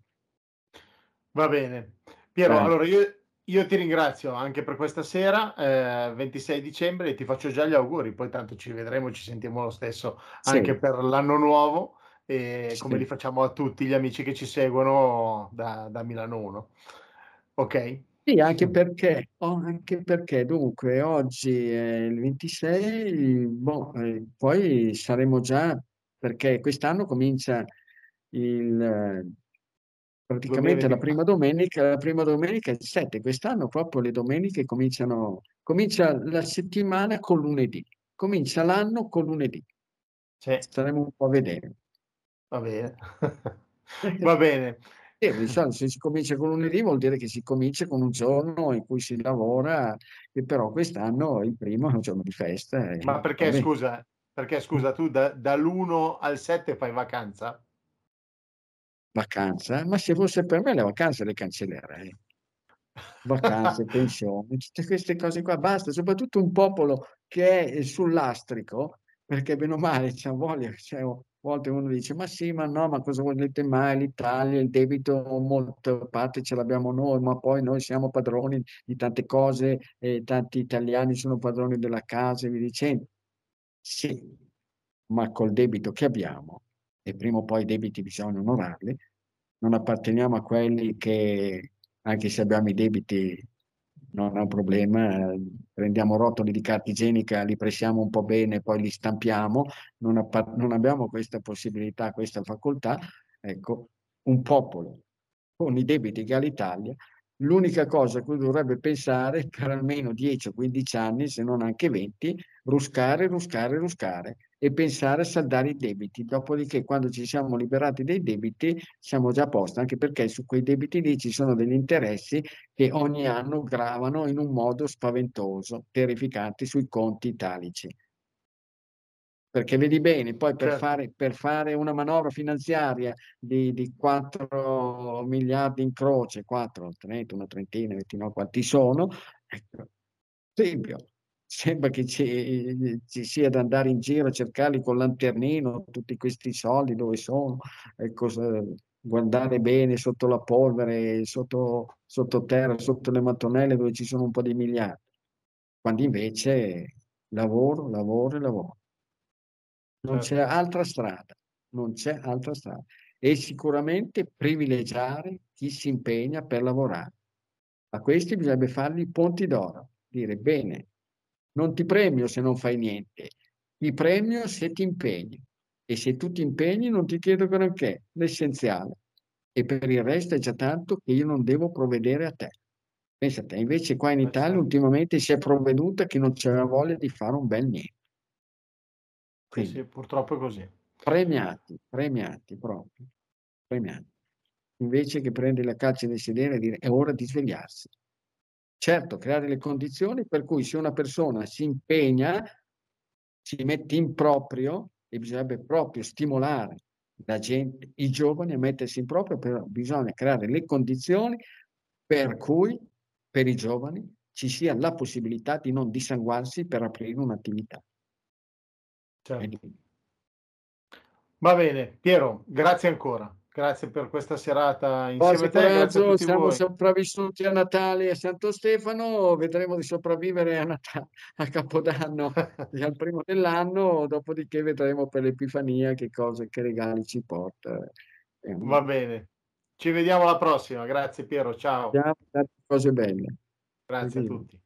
va bene. Piero, Dai, allora io ti ringrazio anche per questa sera, 26 dicembre, e ti faccio già gli auguri, poi tanto ci vedremo, ci sentiamo lo stesso anche sì, per l'anno nuovo, e come li sì. facciamo a tutti gli amici che ci seguono da Milano 1. Ok? Sì, anche perché dunque oggi è il 26, boh, poi saremo già, perché quest'anno comincia il praticamente la 2024. prima domenica è il 7. Quest'anno proprio le domeniche comincia la settimana col lunedì, comincia l'anno col lunedì. Sì, Staremo un po' a vedere. va bene. Va bene. Di solito se si comincia con lunedì vuol dire che si comincia con un giorno in cui si lavora, e però quest'anno il primo è un giorno di festa. Ma Va bene. perché scusa, tu dall'1 al 7 fai vacanza? Vacanza? Ma se fosse per me le vacanze le cancellerei. Vacanze, pensioni, tutte queste cose qua, basta, soprattutto un popolo che è sul lastrico, perché bene o male c'ha voglia, cioè, a volte uno dice, ma sì, ma no, ma cosa volete mai, l'Italia, il debito, molte parte ce l'abbiamo noi, ma poi noi siamo padroni di tante cose, e tanti italiani sono padroni della casa, e vi dicendo, sì, ma col debito che abbiamo, e prima o poi i debiti bisogna onorarli, non apparteniamo a quelli che, anche se abbiamo i debiti, non è un problema, prendiamo rotoli di carta igienica, li pressiamo un po' bene, poi li stampiamo, non abbiamo questa possibilità, questa facoltà. Ecco, un popolo con i debiti che ha l'Italia, l'unica cosa a cui dovrebbe pensare per almeno 10 o 15 anni, se non anche 20, ruscare, ruscare, ruscare e pensare a saldare i debiti. Dopodiché, quando ci siamo liberati dei debiti, siamo già a posto, anche perché su quei debiti lì ci sono degli interessi che ogni anno gravano in un modo spaventoso, terrificanti sui conti italici. Perché vedi bene, poi Certo. per fare una manovra finanziaria di 4 miliardi in croce, 4, 30, una trentina, 29, quanti sono, ecco, esempio, sembra che ci sia da andare in giro a cercarli con lanternino, tutti questi soldi dove sono, e guardare bene sotto la polvere, sottoterra, sotto le mattonelle dove ci sono un po' di miliardi, quando invece lavoro, lavoro e lavoro. Non c'è Certo. altra strada, non c'è altra strada. E sicuramente privilegiare chi si impegna per lavorare. A questi bisognerebbe fargli i ponti d'oro, dire bene, non ti premio se non fai niente, ti premio se ti impegni. E se tu ti impegni non ti chiedo granché, l'essenziale. E per il resto è già tanto che io non devo provvedere a te. Pensa a te, invece qua in Italia Certo. ultimamente si è provveduto a chi non c'aveva voglia di fare un bel niente. Sì, sì, Quindi purtroppo è così. premiati proprio, premiati. Invece che prendere la calce nel sedere e dire è ora di svegliarsi. Certo, creare le condizioni per cui se una persona si impegna, si mette in proprio, e bisognerebbe proprio stimolare la gente, i giovani a mettersi in proprio, però bisogna creare le condizioni per cui per i giovani ci sia la possibilità di non dissanguarsi per aprire un'attività. Certo. Va bene, Piero, grazie ancora. Grazie per questa serata insieme Forza a e te, grazie a coraggio, tutti siamo voi. sopravvissuti a Natale e a Santo Stefano, vedremo di sopravvivere a Capodanno e al primo dell'anno, dopodiché vedremo per l'Epifania che regali ci porta. Va bene. Ci vediamo alla prossima. Grazie Piero, ciao. Tante cose belle. Grazie a tutti.